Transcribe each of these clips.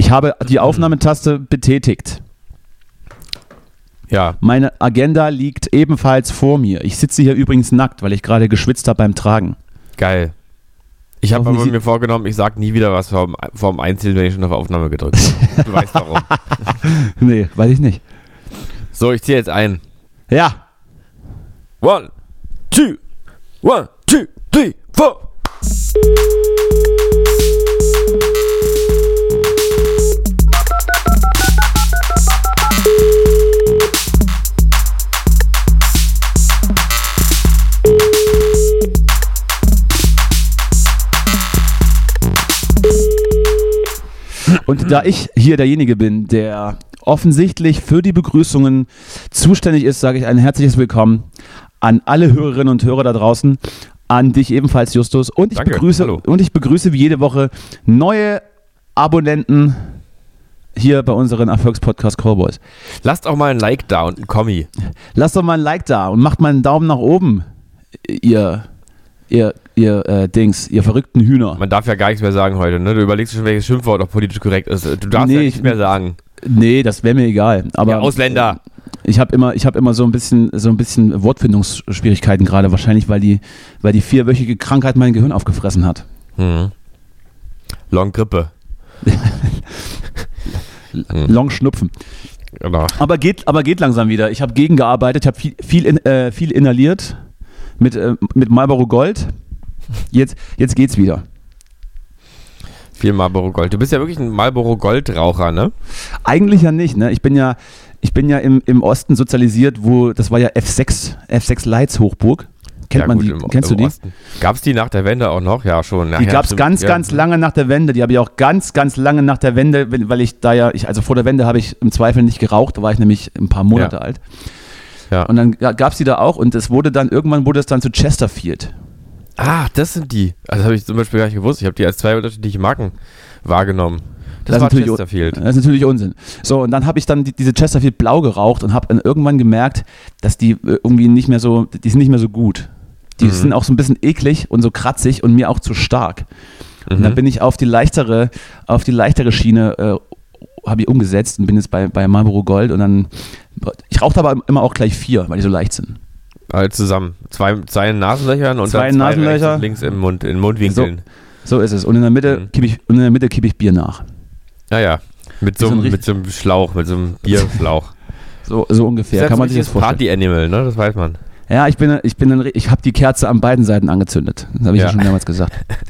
Ich habe die Aufnahmetaste betätigt. Ja. Meine Agenda liegt ebenfalls vor mir. Ich sitze hier übrigens nackt, weil ich gerade geschwitzt habe beim Tragen. Geil. Ich habe aber mir vorgenommen, ich sage nie wieder was vorm Einzelnen, wenn ich schon auf Aufnahme gedrückt habe. Du weißt warum. Nee, weiß ich nicht. So, ich ziehe jetzt ein. Ja. 1, 2, 1, 2, 3, 4. Und da ich hier derjenige bin, der offensichtlich für die Begrüßungen zuständig ist, sage ich ein herzliches Willkommen an alle Hörerinnen und Hörer da draußen, an dich ebenfalls, Justus. Und ich begrüße wie jede Woche neue Abonnenten hier bei unseren Erfolgspodcast Callboys. Lasst auch mal ein Like da und ein Kommi. Lasst doch mal ein Like da und macht mal einen Daumen nach oben, ihr verrückten Hühner. Man darf ja gar nichts mehr sagen heute, ne? Du überlegst schon, welches Schimpfwort auch politisch korrekt ist. Du darfst ja nichts mehr sagen. Nee, das wäre mir egal. Aber ja, Ausländer. Ich habe immer so ein bisschen Wortfindungsschwierigkeiten gerade, wahrscheinlich, weil die 4-wöchige Krankheit mein Gehirn aufgefressen hat. Long Grippe. Long Schnupfen. Genau. Aber geht langsam wieder. Ich habe gegengearbeitet, ich habe viel inhaliert mit Marlboro Gold. Jetzt geht's wieder. Viel Marlboro Gold. Du bist ja wirklich ein Marlboro Gold-Raucher, ne? Eigentlich ja nicht, ne? Ich bin ja im Osten sozialisiert, das war ja F6 Lights Hochburg. Kennst du die? Gab es die nach der Wende auch noch? Ja, schon. Die gab es ganz lange nach der Wende. Die habe ich auch ganz lange nach der Wende, weil also vor der Wende habe ich im Zweifel nicht geraucht, da war ich nämlich ein paar Monate alt. Ja. Und dann gab es die da auch und irgendwann wurde es dann zu Chesterfield. Ah, das sind die. Also habe ich zum Beispiel gar nicht gewusst. Ich habe die als 2 unterschiedliche Marken wahrgenommen. Das war Chesterfield. Das ist natürlich Unsinn. So, und dann habe ich dann diese Chesterfield Blau geraucht und habe dann irgendwann gemerkt, dass die irgendwie die sind nicht mehr so gut. Die sind auch so ein bisschen eklig und so kratzig und mir auch zu stark. Und dann bin ich auf die leichtere Schiene habe ich umgesetzt und bin jetzt bei Marlboro Gold und dann, ich rauche aber immer auch gleich 4, weil die so leicht sind. Alle zusammen. Zwei Nasenlöchern und zwei dann Nasenlöcher rechts und links in Mundwinkeln. So ist es. Und in der Mitte kippe ich Bier nach. Ja. Mit so einem Schlauch, mit so einem Bierschlauch. so ungefähr. Das kann man sich das vorstellen. Party-Animal, ne? Das weiß man. Ja, ich habe die Kerze an beiden Seiten angezündet. Das habe ich ja schon mehrmals gesagt.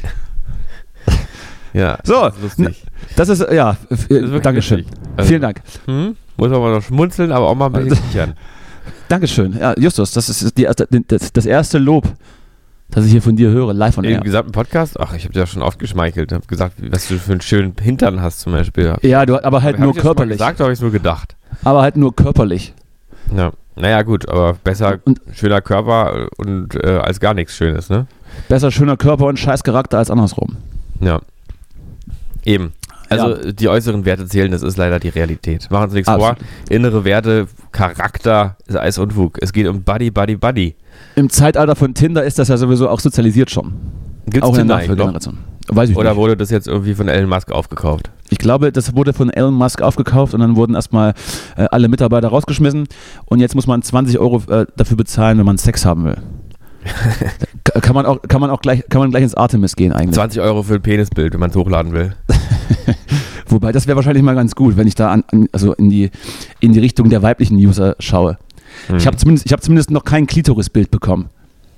Ja, so, das ist Dankeschön. Also, vielen Dank. Muss aber noch schmunzeln, aber auch mal ein bisschen kichern. Dankeschön. Ja, Justus, das ist das erste Lob, das ich hier von dir höre, live on air. Im gesamten Podcast? Ach, ich habe dir ja schon oft geschmeichelt. Ich habe gesagt, was du für einen schönen Hintern hast zum Beispiel. Ja, aber halt nur körperlich. Gesagt, habe ich es nur gedacht. Aber halt nur körperlich. Ja. Naja, gut, aber besser schöner Körper und als gar nichts Schönes, ne? Besser schöner Körper und scheiß Charakter als andersrum. Ja. Eben. Also die äußeren Werte zählen, das ist leider die Realität. Machen Sie nichts vor. Innere Werte, Charakter ist alles Unfug. Es geht um Buddy. Im Zeitalter von Tinder ist das ja sowieso auch sozialisiert schon. Gibt's auch in Tinder der Nachfolgegeneration. Weiß ich Oder nicht. wurde das jetzt irgendwie von Elon Musk aufgekauft? Ich glaube, das wurde von Elon Musk aufgekauft und dann wurden erstmal alle Mitarbeiter rausgeschmissen und jetzt muss man 20 € dafür bezahlen, wenn man Sex haben will. kann man gleich ins Artemis gehen eigentlich. 20 € für ein Penisbild, wenn man es hochladen will. Wobei, das wäre wahrscheinlich mal ganz gut, wenn ich da in die Richtung der weiblichen User schaue. Ich habe zumindest noch kein Klitorisbild bekommen.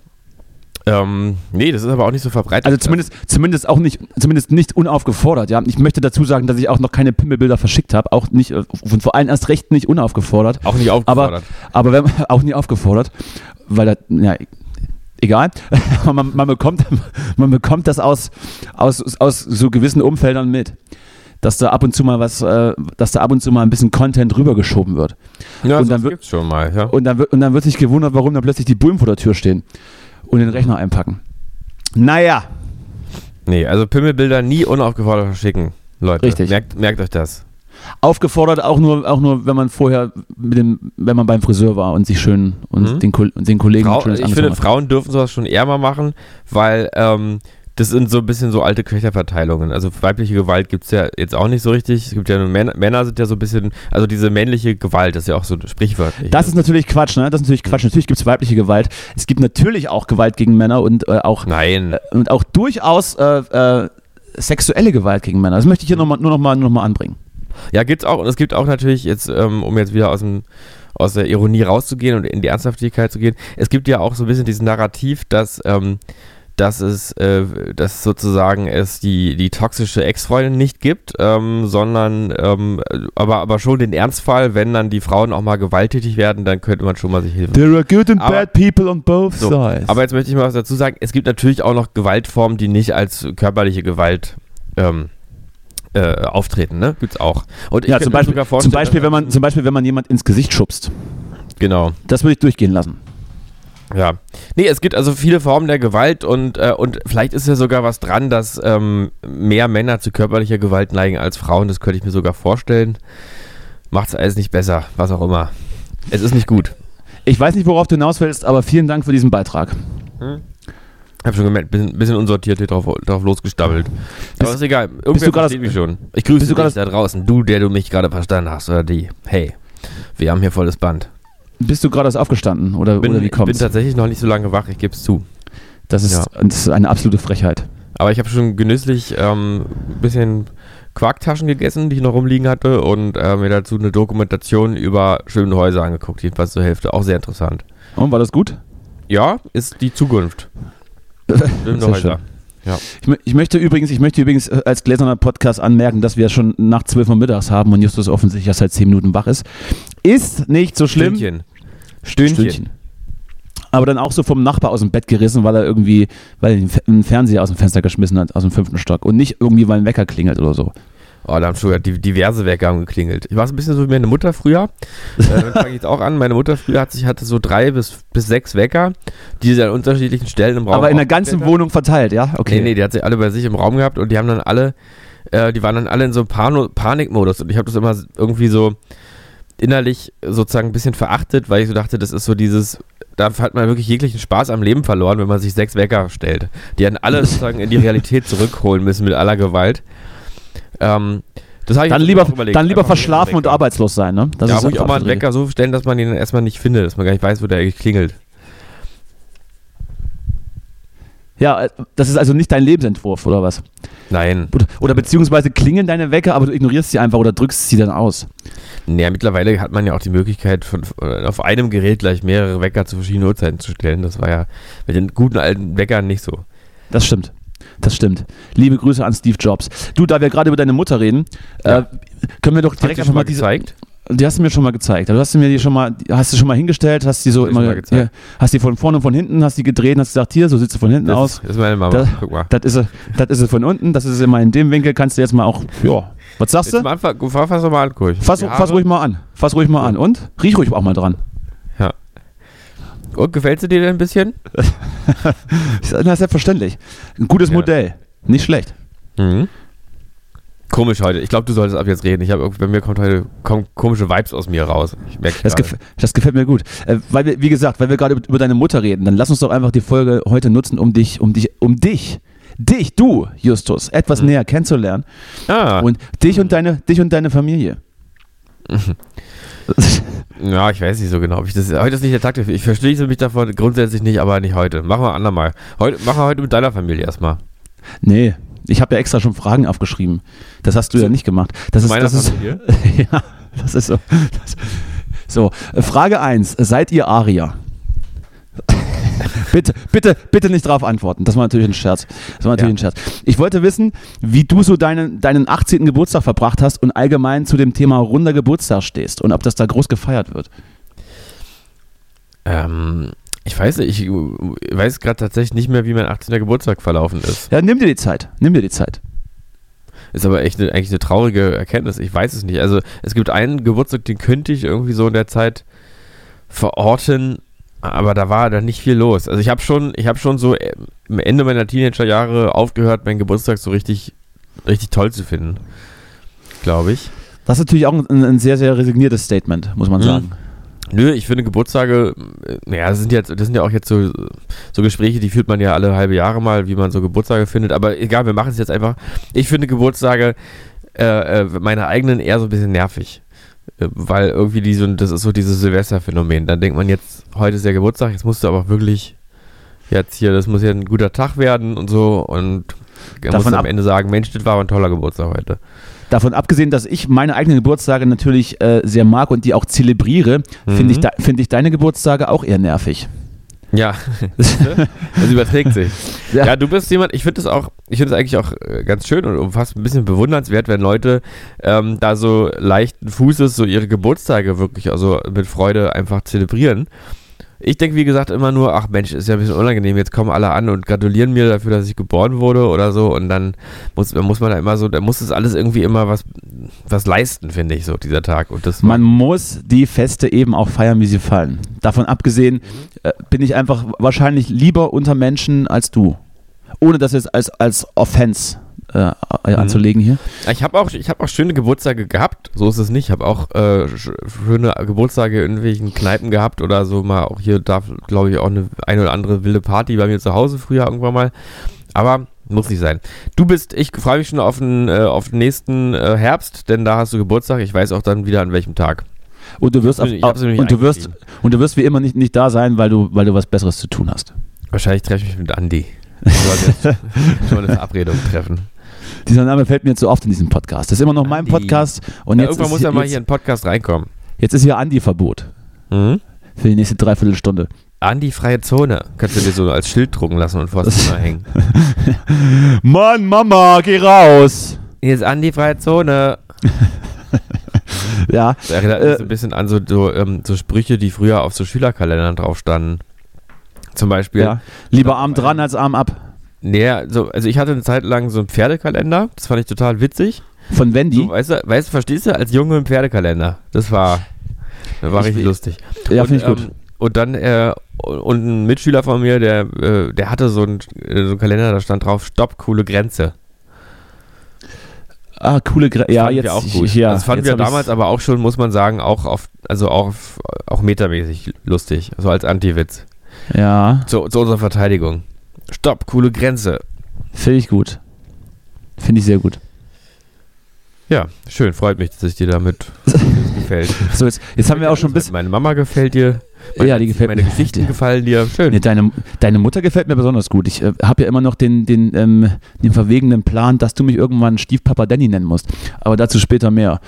Nee, das ist aber auch nicht so verbreitet. Also zumindest nicht unaufgefordert, ja. Ich möchte dazu sagen, dass ich auch noch keine Pimmelbilder verschickt habe, auch nicht, und vor allem erst recht nicht unaufgefordert. Auch nicht aufgefordert. Aber auch nie aufgefordert, weil egal. man bekommt das aus so gewissen Umfeldern mit. Dass da ab und zu mal ein bisschen Content rübergeschoben wird. Ja, das gibt's schon mal, ja. Und dann wird sich gewundert, warum da plötzlich die Bullen vor der Tür stehen und den Rechner einpacken. Naja. Nee, also Pimmelbilder nie unaufgefordert verschicken, Leute. Richtig. Merkt euch das. Aufgefordert auch nur, wenn man vorher wenn man beim Friseur war und sich schön und den Kollegen schönes Ich finde, Frauen dürfen sowas schon eher mal machen, weil das sind so ein bisschen so alte Geschlechterverteilungen. Also weibliche Gewalt gibt es ja jetzt auch nicht so richtig. Es gibt ja nur Männer sind ja so ein bisschen, also diese männliche Gewalt, das ist ja auch so sprichwörtlich. Das ist natürlich Quatsch, ne? Das ist natürlich Quatsch. Natürlich gibt es weibliche Gewalt. Es gibt natürlich auch Gewalt gegen Männer und auch durchaus sexuelle Gewalt gegen Männer. Das möchte ich hier nur noch mal anbringen. Ja, gibt's auch. Und es gibt auch natürlich jetzt, um jetzt wieder aus der Ironie rauszugehen und in die Ernsthaftigkeit zu gehen, es gibt ja auch so ein bisschen dieses Narrativ, dass sozusagen es die toxische Ex-Freundin nicht gibt, sondern aber schon den Ernstfall, wenn dann die Frauen auch mal gewalttätig werden, dann könnte man schon mal sich Hilfe. There are good and bad people on both sides. Aber jetzt möchte ich mal was dazu sagen, es gibt natürlich auch noch Gewaltformen, die nicht als körperliche Gewalt auftreten, ne? Gibt's auch. Und ich zum Beispiel, wenn man jemand ins Gesicht schubst. Genau. Das würde ich durchgehen lassen. Ja. Nee, es gibt also viele Formen der Gewalt und vielleicht ist ja sogar was dran, dass mehr Männer zu körperlicher Gewalt neigen als Frauen. Das könnte ich mir sogar vorstellen. Macht's alles nicht besser, was auch immer. Es ist nicht gut. Ich weiß nicht, worauf du hinaus willst, aber vielen Dank für diesen Beitrag. Ich habe schon gemerkt, ein bisschen unsortiert hier drauf losgestammelt. Aber ist egal, irgendwer versteht mich schon. Ich grüße dich da draußen, der du mich gerade verstanden hast, oder die. Hey, wir haben hier volles Band. Bist du gerade erst aufgestanden oder wie kommt's? Ich bin tatsächlich noch nicht so lange wach, ich gebe es zu. Das ist eine absolute Frechheit. Aber ich habe schon genüsslich ein bisschen Quarktaschen gegessen, die ich noch rumliegen hatte und mir dazu eine Dokumentation über schöne Häuser angeguckt, jedenfalls zur Hälfte. Auch sehr interessant. Und war das gut? Ja, ist die Zukunft. Schöne Häuser. Ja. Ich möchte übrigens als gläserner Podcast anmerken, dass wir schon nach 12 Uhr mittags haben und Justus offensichtlich erst seit 10 Minuten wach ist. Ist nicht so schlimm. Stündchen. Aber dann auch so vom Nachbar aus dem Bett gerissen, weil er einen Fernseher aus dem Fenster geschmissen hat, aus dem 5. Stock. Und nicht irgendwie, weil ein Wecker klingelt oder so. Oh, da haben schon diverse Wecker haben geklingelt. Ich war so ein bisschen so wie meine Mutter früher. Damit fange ich jetzt auch an. Meine Mutter früher hatte so 3 bis 6 Wecker, die sie an unterschiedlichen Stellen im Raum aber in der ganzen Wohnung verteilt, ja? Okay. Nee, die hat sie alle bei sich im Raum gehabt und die haben dann alle, die waren dann alle in so Panikmodus und ich habe das immer irgendwie so innerlich sozusagen ein bisschen verachtet, weil ich so dachte, das ist so dieses, da hat man wirklich jeglichen Spaß am Leben verloren, wenn man sich 6 Wecker stellt. Die hätten alle sozusagen in die Realität zurückholen müssen mit aller Gewalt. Das habe ich dann lieber verschlafen und arbeitslos sein, ne? Das ist ruhig auch mal einen Wecker so stellen, dass man ihn dann erstmal nicht findet, dass man gar nicht weiß, wo der eigentlich klingelt. Ja, das ist also nicht dein Lebensentwurf, oder was? Nein. Oder beziehungsweise klingeln deine Wecker, aber du ignorierst sie einfach oder drückst sie dann aus. Naja, mittlerweile hat man ja auch die Möglichkeit, auf einem Gerät gleich mehrere Wecker zu verschiedenen Uhrzeiten zu stellen. Das war ja mit den guten alten Weckern nicht so. Das stimmt. Liebe Grüße an Steve Jobs. Du, da wir gerade über deine Mutter reden, können wir doch direkt einfach mal gezeigt. Die hast du mir schon mal gezeigt. Also hast du schon mal hingestellt, hast die so immer hast die von vorne und von hinten, hast die gedreht und hast gesagt, hier, so sitzt du von hinten aus. Das ist meine Mama, guck mal. Das ist sie von unten, das ist immer in dem Winkel, kannst du jetzt mal auch, was sagst du? Fass doch mal an, Kurch. Fass ruhig mal an. Und? Riech ruhig auch mal dran. Ja. Und gefällt sie dir denn ein bisschen? Na, selbstverständlich. Ein gutes Modell. Nicht schlecht. Mhm. Komisch heute. Ich glaube, du solltest ab jetzt reden. Bei mir kommen komische Vibes aus mir raus. Das gefällt mir gut. Weil wir gerade über deine Mutter reden, dann lass uns doch einfach die Folge heute nutzen, um dich, du, Justus, etwas näher kennenzulernen. Und dich und deine Familie. Ja, ich weiß nicht so genau. Heute ist nicht der Tag dafür. Ich verschließe mich davon grundsätzlich nicht, aber nicht heute. Machen wir andermal. Machen wir heute mit deiner Familie erstmal. Nee, ich habe ja extra schon Fragen aufgeschrieben. Das hast du ja nicht gemacht. Familie? Ja, das ist so. So, Frage 1. Seid ihr Arier? Bitte nicht drauf antworten. Das war natürlich ein Scherz. Ich wollte wissen, wie du so deinen 18. Geburtstag verbracht hast und allgemein zu dem Thema runder Geburtstag stehst und ob das da groß gefeiert wird. Ich weiß nicht, ich weiß gerade tatsächlich nicht mehr, wie mein 18. Geburtstag verlaufen ist. Ja, nimm dir die Zeit. Ist aber echt eigentlich eine traurige Erkenntnis. Ich weiß es nicht. Also es gibt einen Geburtstag, den könnte ich irgendwie so in der Zeit verorten, aber da war dann nicht viel los. Also ich habe schon so am Ende meiner Teenagerjahre aufgehört, meinen Geburtstag so richtig toll zu finden, glaube ich. Das ist natürlich auch ein sehr, sehr resigniertes Statement, muss man sagen. Nö, ich finde Geburtstage, das sind ja auch jetzt so Gespräche, die führt man ja alle halbe Jahre mal, wie man so Geburtstage findet, aber egal, wir machen es jetzt einfach. Ich finde Geburtstage, meine eigenen, eher so ein bisschen nervig, weil irgendwie das ist so dieses Silvesterphänomen. Dann denkt man jetzt, heute ist der Geburtstag, jetzt musst du aber wirklich das muss ja ein guter Tag werden und so und muss am Ende sagen, Mensch, das war aber ein toller Geburtstag heute. Davon abgesehen, dass ich meine eigenen Geburtstage natürlich sehr mag und die auch zelebriere, finde ich deine Geburtstage auch eher nervig. Ja, das überträgt sich. Ja, du bist jemand, ich finde es eigentlich auch ganz schön und fast ein bisschen bewundernswert, wenn Leute da so leichten Fußes so ihre Geburtstage wirklich also mit Freude einfach zelebrieren. Ich denke, wie gesagt, immer nur, ach Mensch, ist ja ein bisschen unangenehm, jetzt kommen alle an und gratulieren mir dafür, dass ich geboren wurde oder so und dann muss man da immer so, da muss das alles irgendwie immer was leisten, finde ich, so dieser Tag. Und man muss die Feste eben auch feiern, wie sie fallen. Davon abgesehen bin ich einfach wahrscheinlich lieber unter Menschen als du. Ohne das jetzt als Offense anzulegen hier. Ich habe auch schöne Geburtstage gehabt, so ist es nicht. Ich habe auch schöne Geburtstage in irgendwelchen Kneipen gehabt oder so mal auch hier glaube ich auch eine oder andere wilde Party bei mir zu Hause früher irgendwann mal. Aber muss nicht sein. Ich freue mich schon auf den nächsten Herbst, denn da hast du Geburtstag. Ich weiß auch dann wieder an welchem Tag. Und du wirst wie immer nicht da sein, weil du was Besseres zu tun hast. Wahrscheinlich treffe ich mich mit Andi. Wir sollten jetzt schon eine Verabredung treffen. Dieser Name fällt mir jetzt so oft in diesem Podcast. Das ist immer noch mein Podcast. Und jetzt irgendwann muss ja mal hier in den Podcast reinkommen. Jetzt ist hier Andi-Verbot. Für die nächste Dreiviertelstunde. Andi-freie Zone. Kannst du dir so als Schild drucken lassen und vor das Zimmer hängen. Mann, Mama, geh raus. Hier ist Andi-freie Zone. Ja. Das erinnert mich so ein bisschen an so Sprüche, die früher auf so Schülerkalendern drauf standen. Zum Beispiel. Ja. Lieber Arm dran als Arm ab. Nee, also ich hatte eine Zeit lang so einen Pferdekalender, das fand ich total witzig. Von Wendy? So, weißt du, verstehst du, als Junge im Pferdekalender. Das war richtig lustig. Ja, finde ich gut. Und dann, und ein Mitschüler von mir, der hatte so einen Kalender, da stand drauf, Stopp, coole Grenze. Ah, coole Grenze. Ja, jetzt auch gut. Ja, das fanden wir damals aber auch schon, muss man sagen, auch metamäßig lustig, so als Anti-Witz. Ja. Zu unserer Verteidigung. Stopp, coole Grenze. Finde ich gut. Finde ich sehr gut. Ja, schön, freut mich, dass es dir damit gefällt. So, jetzt haben wir auch schon ein bisschen... Meine Mama gefällt dir. Ja, die gefällt mir. Meine Geschichten gefallen dir. Schön. Nee, deine Mutter gefällt mir besonders gut. Ich habe ja immer noch den verwegenen Plan, dass du mich irgendwann Stiefpapa Danny nennen musst. Aber dazu später mehr.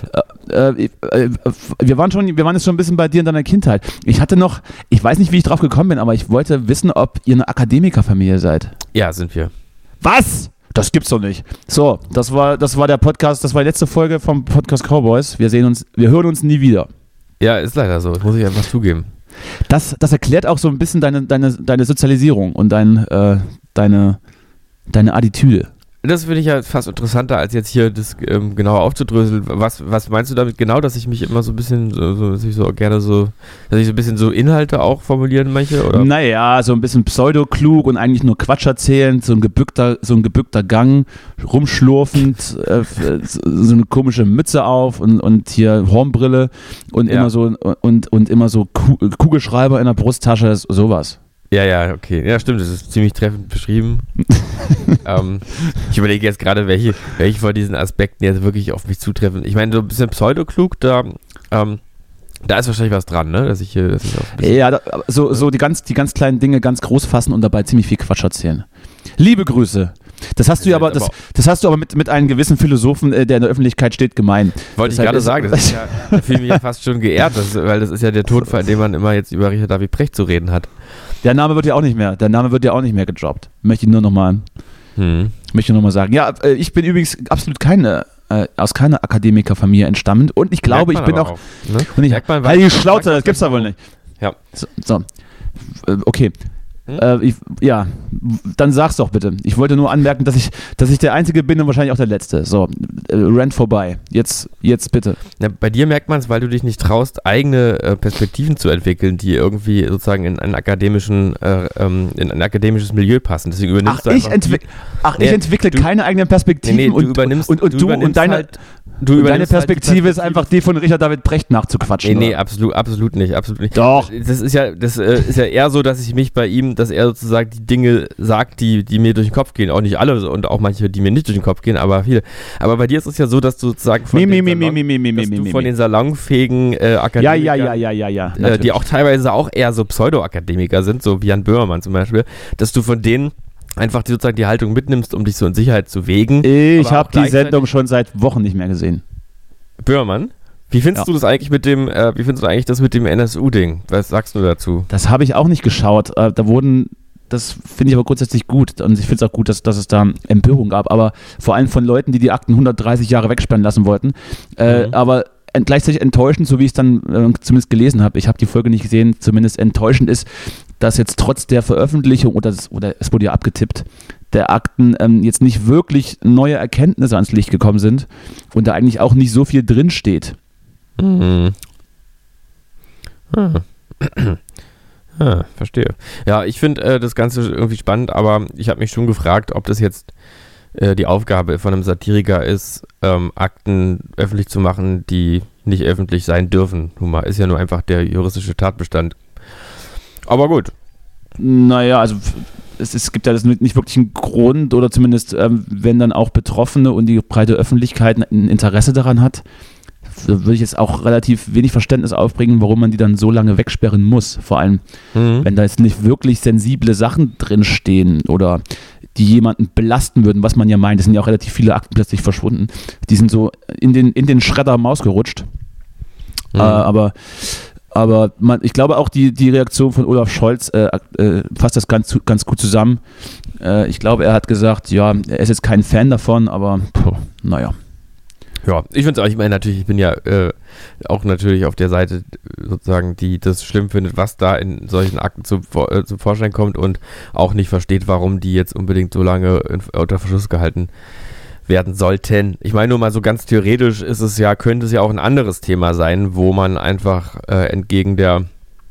Wir waren jetzt schon ein bisschen bei dir in deiner Kindheit. Ich weiß nicht, wie ich drauf gekommen bin, aber ich wollte wissen, ob ihr eine Akademikerfamilie seid. Ja, sind wir. Was? Das gibt's doch nicht. So, das war der Podcast, das war die letzte Folge vom Podcast Cowboys. Wir hören uns nie wieder. Ja, ist leider so. Das muss ich einfach zugeben. Das erklärt auch so ein bisschen deine Sozialisierung und deine Attitüde. Das finde ich ja fast interessanter, als jetzt hier das genauer aufzudröseln. Was meinst du damit genau, dass ich mich immer so ein bisschen dass ich so ein bisschen so Inhalte auch formulieren möchte? Oder? Naja, so ein bisschen pseudoklug und eigentlich nur Quatsch erzählend, so ein gebückter Gang, rumschlurfend, so eine komische Mütze auf und hier Hornbrille und immer so und immer so Kugelschreiber in der Brusttasche, sowas. Ja, okay. Ja, stimmt, das ist ziemlich treffend beschrieben. Ich überlege jetzt gerade, welche von diesen Aspekten jetzt wirklich auf mich zutreffen. Ich meine, so ein bisschen pseudoklug, da ist wahrscheinlich was dran, ne? Dass ich auch ja, so die ganz kleinen Dinge ganz groß fassen und dabei ziemlich viel Quatsch erzählen. Liebe Grüße. Das hast du aber mit einem gewissen Philosophen, der in der Öffentlichkeit steht, gemein. Wollte ich gerade sagen, da fühle ich mich ja fast schon geehrt, weil das ist ja der Tonfall, in dem man immer jetzt über Richard David Precht zu reden hat. Der Name wird ja auch nicht mehr gedroppt. Möchte ich nur nochmal sagen. Ja, ich bin übrigens absolut aus keiner Akademikerfamilie entstammend und ich glaube, ich bin auch... Ne? Halt die Schnauze, das gibt's da wohl nicht. Ja. So. Okay. Dann sag's doch bitte. Ich wollte nur anmerken, dass ich der Einzige bin und wahrscheinlich auch der Letzte. So, Rant vorbei. Jetzt bitte. Ja, bei dir merkt man es, weil du dich nicht traust, eigene Perspektiven zu entwickeln, die irgendwie sozusagen in ein akademisches Milieu passen. Deswegen übernimmst ich entwickle keine eigenen Perspektiven deine Perspektive ist einfach die von Richard David Brecht nachzuquatschen. Nee, absolut nicht. Doch. Das ist ja eher so, dass er sozusagen die Dinge sagt, die mir durch den Kopf gehen. Auch nicht alle und auch manche, die mir nicht durch den Kopf gehen, aber viele. Aber bei dir ist es ja so, dass du sozusagen von den salonfähigen Akademikern, die auch teilweise auch eher so Pseudo-Akademiker sind, so wie Jan Böhmermann zum Beispiel, dass du von denen einfach sozusagen die Haltung mitnimmst, um dich so in Sicherheit zu wägen. Ich habe die Sendung schon seit Wochen nicht mehr gesehen. Böhmermann? Wie findest du das eigentlich mit dem NSU-Ding? Was sagst du dazu? Das habe ich auch nicht geschaut. Das finde ich aber grundsätzlich gut. Und ich finde es auch gut, dass es da Empörung gab. Aber vor allem von Leuten, die Akten 130 Jahre wegsperren lassen wollten. Aber gleichzeitig enttäuschend, so wie ich es dann zumindest gelesen habe, ich habe die Folge nicht gesehen, zumindest enttäuschend ist, dass jetzt trotz der Veröffentlichung, oder es wurde ja abgetippt, der Akten jetzt nicht wirklich neue Erkenntnisse ans Licht gekommen sind und da eigentlich auch nicht so viel drinsteht. Verstehe. Ja, ich finde das Ganze irgendwie spannend, aber ich habe mich schon gefragt, ob das jetzt die Aufgabe von einem Satiriker ist, Akten öffentlich zu machen, die nicht öffentlich sein dürfen. Nun mal, ist ja nur einfach der juristische Tatbestand. Aber gut. Naja, also es gibt ja das nicht wirklich einen Grund, oder zumindest wenn dann auch Betroffene und die breite Öffentlichkeit ein Interesse daran hat, würde ich jetzt auch relativ wenig Verständnis aufbringen, warum man die dann so lange wegsperren muss. Vor allem, wenn da jetzt nicht wirklich sensible Sachen drinstehen oder die jemanden belasten würden, was man ja meint. Es sind ja auch relativ viele Akten plötzlich verschwunden. Die sind so in den Schredder Maus gerutscht. Aber ich glaube auch die Reaktion von Olaf Scholz fasst das ganz gut zusammen. Ich glaube, er hat gesagt, ja, er ist jetzt kein Fan davon, aber naja. Ja, ich finde es auch, ich meine natürlich, ich bin ja auch natürlich auf der Seite sozusagen, die das schlimm findet, was da in solchen Akten zum Vorschein kommt und auch nicht versteht, warum die jetzt unbedingt so lange unter Verschluss gehalten werden sollten. Ich meine nur mal so ganz theoretisch könnte es ja auch ein anderes Thema sein, wo man einfach entgegen der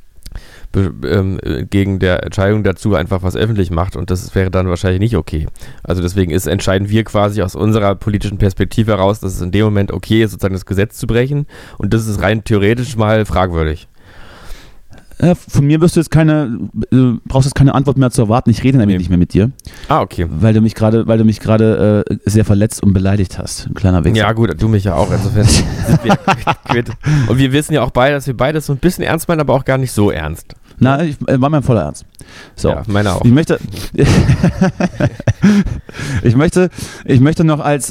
Entscheidung dazu einfach was öffentlich macht und das wäre dann wahrscheinlich nicht okay. Also deswegen entscheiden wir quasi aus unserer politischen Perspektive heraus, dass es in dem Moment okay ist, sozusagen das Gesetz zu brechen und das ist rein theoretisch mal fragwürdig. Von mir brauchst du jetzt keine Antwort mehr zu erwarten. Ich rede nämlich nicht mehr mit dir. Ah, okay. Weil du mich gerade sehr verletzt und beleidigt hast. Ein kleiner Wechsel. Ja gut, du mich ja auch. Insofern sind wir quitt. Und wir wissen ja auch beide, dass wir beides so ein bisschen ernst meinen, aber auch gar nicht so ernst. Na, ich war mein voller Ernst. So. Ja, meiner auch. Ich möchte noch als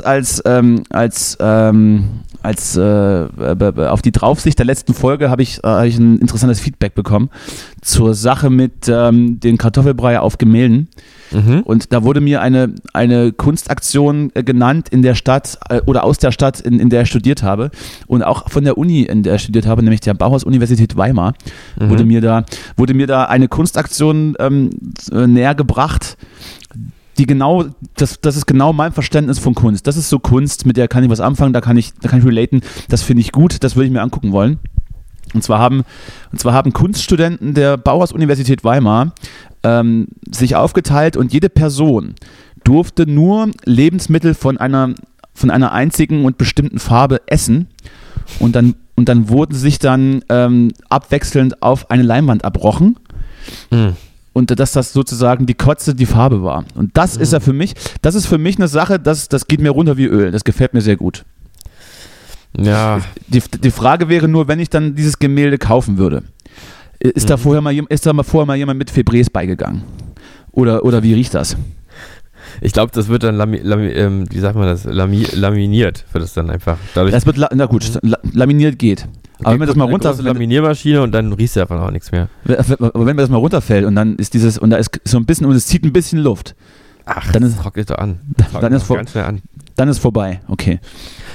auf die Draufsicht der letzten Folge habe ich ein interessantes Feedback bekommen zur Sache mit den Kartoffelbrei auf Gemälden. Und da wurde mir eine Kunstaktion genannt in der Stadt oder aus der Stadt, in der ich studiert habe und auch von der Uni, in der ich studiert habe, nämlich der Bauhaus-Universität Weimar, wurde mir da eine Kunstaktion näher gebracht, die genau, das ist genau mein Verständnis von Kunst. Das ist so Kunst, mit der kann ich was anfangen, da kann ich relaten, das finde ich gut, das würde ich mir angucken wollen. Und zwar haben Kunststudenten der Bauhaus-Universität Weimar sich aufgeteilt und jede Person durfte nur Lebensmittel von einer einzigen und bestimmten Farbe essen und dann wurden sich dann abwechselnd auf eine Leinwand erbrochen. Und dass das sozusagen die Kotze die Farbe war. Und das ist für mich eine Sache, das geht mir runter wie Öl. Das gefällt mir sehr gut. Ja. Die Frage wäre nur, wenn ich dann dieses Gemälde kaufen würde, ist da vorher mal jemand mit Febrés beigegangen? Oder wie riecht das? Ich glaube, das wird dann, wie sagt man das, laminiert wird es dann einfach. Das wird, laminiert geht. Aber wenn wir das mal runterfällt, Laminiermaschine und dann riechst du davon auch nichts mehr. Aber wenn mir das mal runterfällt und dann ist da ist so ein bisschen und es zieht ein bisschen Luft. Ach, dann trocknet doch an. Dann ist vorbei, okay.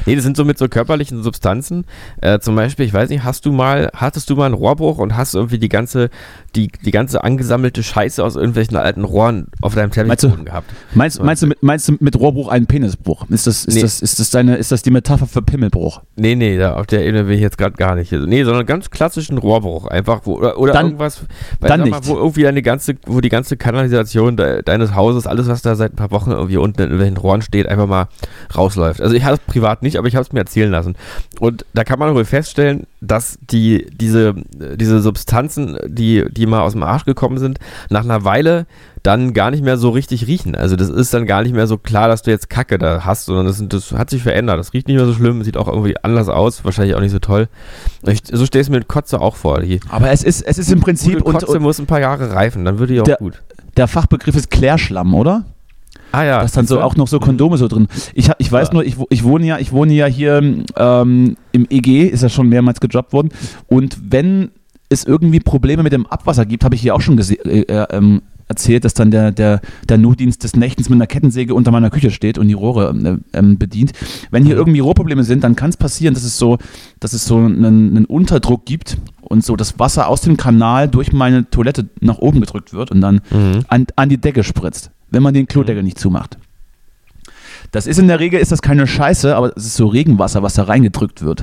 Nee, das sind so mit so körperlichen Substanzen. Zum Beispiel, ich weiß nicht, hattest du mal einen Rohrbruch und hast irgendwie die ganze angesammelte Scheiße aus irgendwelchen alten Rohren auf deinem Teppichboden gehabt? Meinst du mit Rohrbruch einen Penisbruch? Ist das die Metapher für Pimmelbruch? Nee, auf der Ebene bin ich jetzt gerade gar nicht. Nee, sondern ganz klassischen Rohrbruch. Einfach, oder Dann, irgendwas, dann nicht. wo irgendwie wo die ganze Kanalisation deines Hauses, alles, was da seit ein paar Wochen irgendwie unten in irgendwelchen Rohren steht, einfach mal rausläuft. Also ich habe es privat nicht, aber ich habe es mir erzählen lassen. Und da kann man wohl feststellen, dass diese Substanzen, die mal aus dem Arsch gekommen sind, nach einer Weile dann gar nicht mehr so richtig riechen. Also das ist dann gar nicht mehr so klar, dass du jetzt Kacke da hast, sondern das hat sich verändert. Das riecht nicht mehr so schlimm, sieht auch irgendwie anders aus, wahrscheinlich auch nicht so toll. So stelle ich es mir mit Kotze auch vor. Aber es ist im Prinzip... Kotze muss ein paar Jahre reifen, dann würde die auch gut. Der Fachbegriff ist Klärschlamm, oder? Ah ja. Da ist dann so auch noch so Kondome so drin. Ich weiß nur, ich wohne ja hier im EG, ist ja schon mehrmals gejobbt worden. Und wenn es irgendwie Probleme mit dem Abwasser gibt, habe ich hier auch schon erzählt, dass dann der Notdienst des Nächtens mit einer Kettensäge unter meiner Küche steht und die Rohre bedient. Wenn hier irgendwie Rohrprobleme sind, dann kann es passieren, dass es so einen Unterdruck gibt und so das Wasser aus dem Kanal durch meine Toilette nach oben gedrückt wird und dann an die Decke spritzt, wenn man den Klodeckel nicht zumacht. Das ist in der Regel keine Scheiße, aber es ist so Regenwasser, was da reingedrückt wird.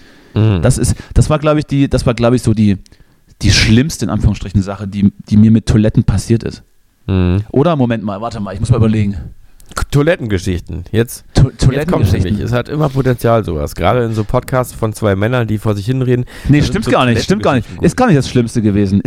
Das war, glaube ich, so die schlimmste, in Anführungsstrichen, Sache, die mir mit Toiletten passiert ist. Oder, warte mal, ich muss mal überlegen. Toilettengeschichten. Jetzt Toilettengeschichten. Es hat immer Potenzial, sowas. Gerade in so Podcasts von zwei Männern, die vor sich hinreden. Nee, stimmt gar nicht. Ist gar nicht das Schlimmste gewesen.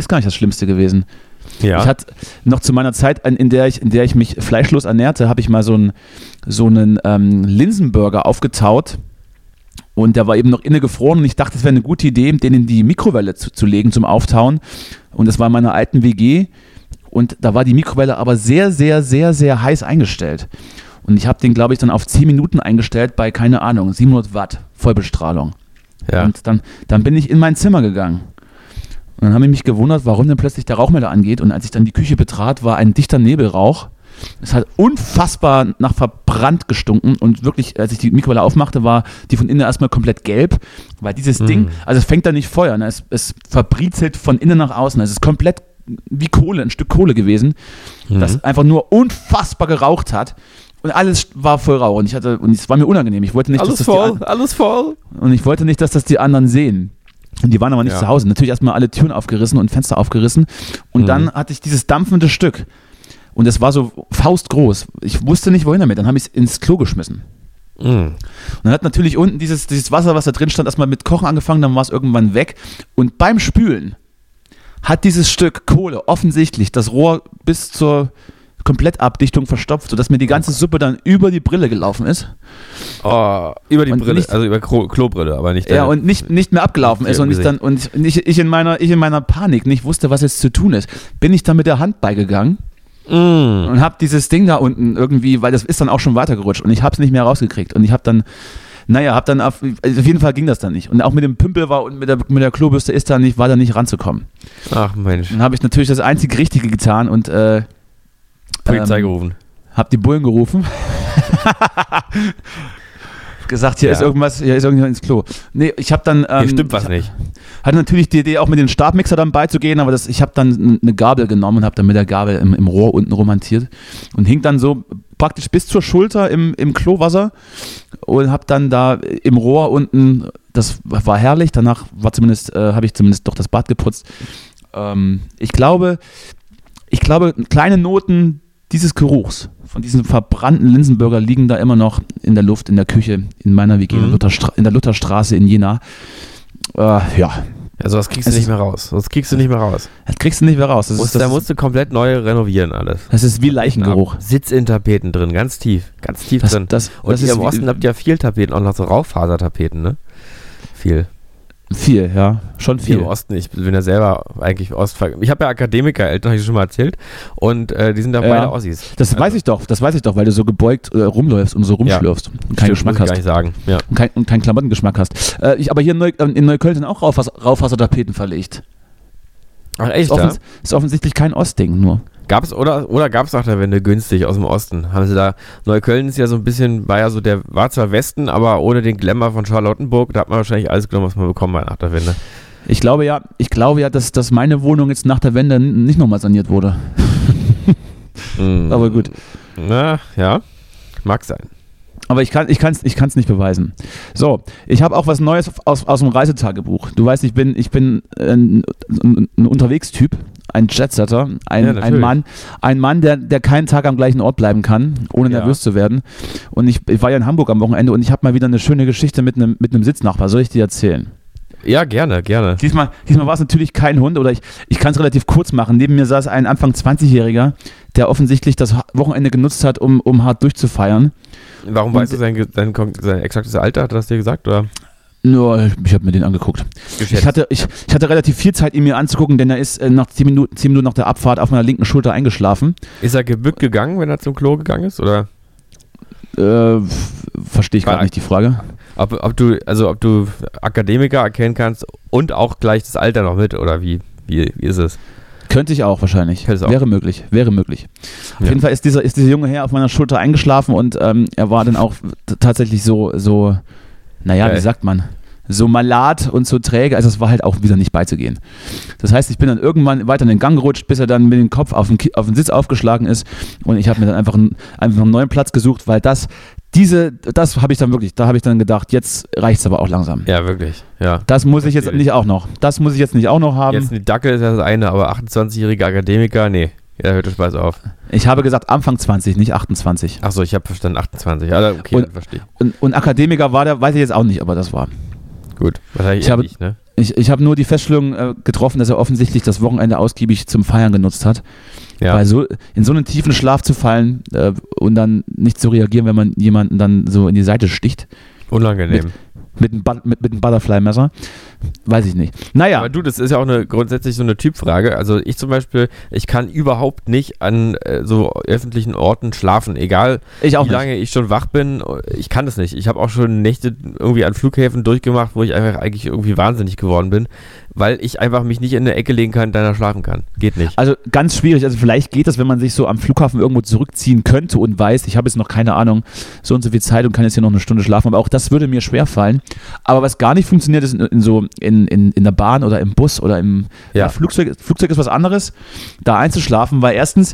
Ja. Ich hatte noch zu meiner Zeit, in der ich mich fleischlos ernährte, habe ich mal so einen Linsenburger aufgetaut. Und der war eben noch inne gefroren und ich dachte, es wäre eine gute Idee, den in die Mikrowelle zu legen zum Auftauen. Und das war in meiner alten WG und da war die Mikrowelle aber sehr, sehr, sehr, sehr heiß eingestellt. Und ich habe den, glaube ich, dann auf 10 Minuten eingestellt bei, keine Ahnung, 700 Watt Vollbestrahlung. Ja. Und dann bin ich in mein Zimmer gegangen. Und dann habe ich mich gewundert, warum denn plötzlich der Rauchmelder angeht. Und als ich dann die Küche betrat, war ein dichter Nebelrauch. Es hat unfassbar nach verbrannt gestunken und wirklich, als ich die Mikrowelle aufmachte, war die von innen erstmal komplett gelb, weil dieses Ding, also es fängt da nicht Feuer, ne? Es verbriezelt von innen nach außen, es ist komplett wie Kohle, ein Stück Kohle gewesen, das einfach nur unfassbar geraucht hat und alles war voll Rauch und es war mir unangenehm, ich wollte nicht, alles voll. Und ich wollte nicht, dass das die anderen sehen. Und die waren aber nicht zu Hause. Natürlich erstmal alle Türen aufgerissen und Fenster aufgerissen und dann hatte ich dieses dampfende Stück. Und es war so faustgroß. Ich wusste nicht, wohin damit. Dann habe ich es ins Klo geschmissen. Und dann hat natürlich unten dieses Wasser, was da drin stand, erstmal mit Kochen angefangen, dann war es irgendwann weg. Und beim Spülen hat dieses Stück Kohle offensichtlich das Rohr bis zur Komplettabdichtung verstopft, sodass mir die ganze Suppe dann über die Brille gelaufen ist. Oh, über die Brille, also über Klobrille, aber nicht. Ja, und nicht mehr abgelaufen ist. Und ich in meiner Panik nicht wusste, was jetzt zu tun ist, bin ich dann mit der Hand beigegangen. Und habe dieses Ding da unten irgendwie, weil das ist dann auch schon weitergerutscht und ich habe es nicht mehr rausgekriegt und ich habe dann, auf jeden Fall ging das dann nicht und auch mit dem Pümpel und mit der Klobürste war da nicht ranzukommen. Ach Mensch. Dann habe ich natürlich das einzig Richtige getan und Polizei gerufen. Hab die Bullen gerufen. Gesagt, hier ist irgendjemand ins Klo. Nee, ich habe dann... hier stimmt was nicht. Hatte natürlich die Idee, auch mit dem Stabmixer dann beizugehen, aber ich habe dann eine Gabel genommen und habe dann mit der Gabel im Rohr unten romantiert und hing dann so praktisch bis zur Schulter im Klowasser und habe dann da im Rohr unten, das war herrlich, danach habe ich zumindest doch das Bad geputzt. Ich glaube, kleine Noten dieses Geruchs von diesem verbrannten Linsenburger liegen da immer noch in der Luft, in der Küche, in meiner WG, in der Lutherstraße in Jena. Ja. Also das kriegst du nicht mehr raus. Das kriegst du nicht mehr raus. Da musst du komplett neu renovieren alles. Das ist wie Leichengeruch. Sitz in Tapeten drin, ganz tief drin. Und ihr im Osten habt ja viel Tapeten, auch noch so Raufasertapeten, ne? Viel, ja, schon viel. Im Osten, ich bin ja selber eigentlich ich habe ja Akademiker-Eltern, habe ich schon mal erzählt, und die sind da beide Ossis. Das weiß ich doch, weil du so gebeugt rumläufst und so rumschlürfst und keinen Geschmack hast. Kann ich gar nicht sagen. Ja. Und keinen Klamottengeschmack hast. Aber hier in Neukölln sind auch Raufasertapeten verlegt. Ach echt, Ist offensichtlich kein Ostding nur. Gab's oder gab es nach der Wende günstig aus dem Osten? Haben sie da, Neukölln ist ja so ein bisschen, war zwar Westen, aber ohne den Glamour von Charlottenburg, da hat man wahrscheinlich alles genommen, was man bekommen hat nach der Wende. Ich glaube ja, dass meine Wohnung jetzt nach der Wende nicht nochmal saniert wurde. Aber gut. Na, ja, mag sein. Aber ich kann's nicht beweisen. So, ich habe auch was Neues aus dem Reisetagebuch. Du weißt, ich bin ein Unterwegstyp, ein Jetsetter, ein Mann, der keinen Tag am gleichen Ort bleiben kann, ohne nervös zu werden. Und ich war ja in Hamburg am Wochenende und ich habe mal wieder eine schöne Geschichte mit einem Sitznachbar. Soll ich dir erzählen? Ja, gerne. Diesmal war es natürlich kein Hund, oder ich kann es relativ kurz machen. Neben mir saß ein Anfang 20-Jähriger, der offensichtlich das Wochenende genutzt hat, um hart durchzufeiern. Warum weißt du sein exaktes Alter? Hat er das dir gesagt? Oder? Nur, ich habe mir den angeguckt. Ich hatte relativ viel Zeit, ihn mir anzugucken, denn er ist nach 10 Minuten nach der Abfahrt auf meiner linken Schulter eingeschlafen. Ist er gebückt gegangen, wenn er zum Klo gegangen ist? Oder? Verstehe ich gerade nicht die Frage. Ob du Akademiker erkennen kannst und auch gleich das Alter noch mit, oder wie ist es? Könnte ich auch wahrscheinlich. Wäre möglich. Auf jeden Fall ist dieser junge Herr auf meiner Schulter eingeschlafen und er war dann auch tatsächlich so wie sagt man, so malat und so träge, also es war halt auch wieder nicht beizugehen. Das heißt, ich bin dann irgendwann weiter in den Gang gerutscht, bis er dann mit dem Kopf auf den Sitz aufgeschlagen ist und ich habe mir dann einfach einen neuen Platz gesucht, weil das habe ich dann wirklich, da habe ich dann gedacht, jetzt reicht es aber auch langsam. Ja, wirklich, ja. Das muss ich jetzt nicht auch noch haben. Jetzt die Dackel ist ja das eine, aber 28-jähriger Akademiker, nee, ja, hört der Spaß auf. Ich habe gesagt Anfang 20, nicht 28. Achso, ich habe verstanden 28, ja, okay, dann verstehe ich. Und Akademiker war der, weiß ich jetzt auch nicht, aber das war. Gut, wahrscheinlich nicht, ne? Ich habe nur die Feststellung getroffen, dass er offensichtlich das Wochenende ausgiebig zum Feiern genutzt hat. Ja. Weil in so einen tiefen Schlaf zu fallen und dann nicht zu reagieren, wenn man jemanden dann so in die Seite sticht. Unangenehm. Mit einem Butterfly-Messer. Weiß ich nicht. Naja. Aber du, das ist ja auch grundsätzlich so eine Typfrage. Also ich zum Beispiel, ich kann überhaupt nicht an so öffentlichen Orten schlafen. Egal, wie lange ich schon wach bin. Ich kann das nicht. Ich habe auch schon Nächte irgendwie an Flughäfen durchgemacht, wo ich einfach eigentlich irgendwie wahnsinnig geworden bin, weil ich einfach mich nicht in eine Ecke legen kann, da schlafen kann. Geht nicht. Also ganz schwierig. Also vielleicht geht das, wenn man sich so am Flughafen irgendwo zurückziehen könnte und weiß, ich habe jetzt noch keine Ahnung, so und so viel Zeit und kann jetzt hier noch eine Stunde schlafen. Aber auch das würde mir schwerfallen. Aber was gar nicht funktioniert, ist in der Bahn oder im Bus oder im Flugzeug ist was anderes, da einzuschlafen, weil erstens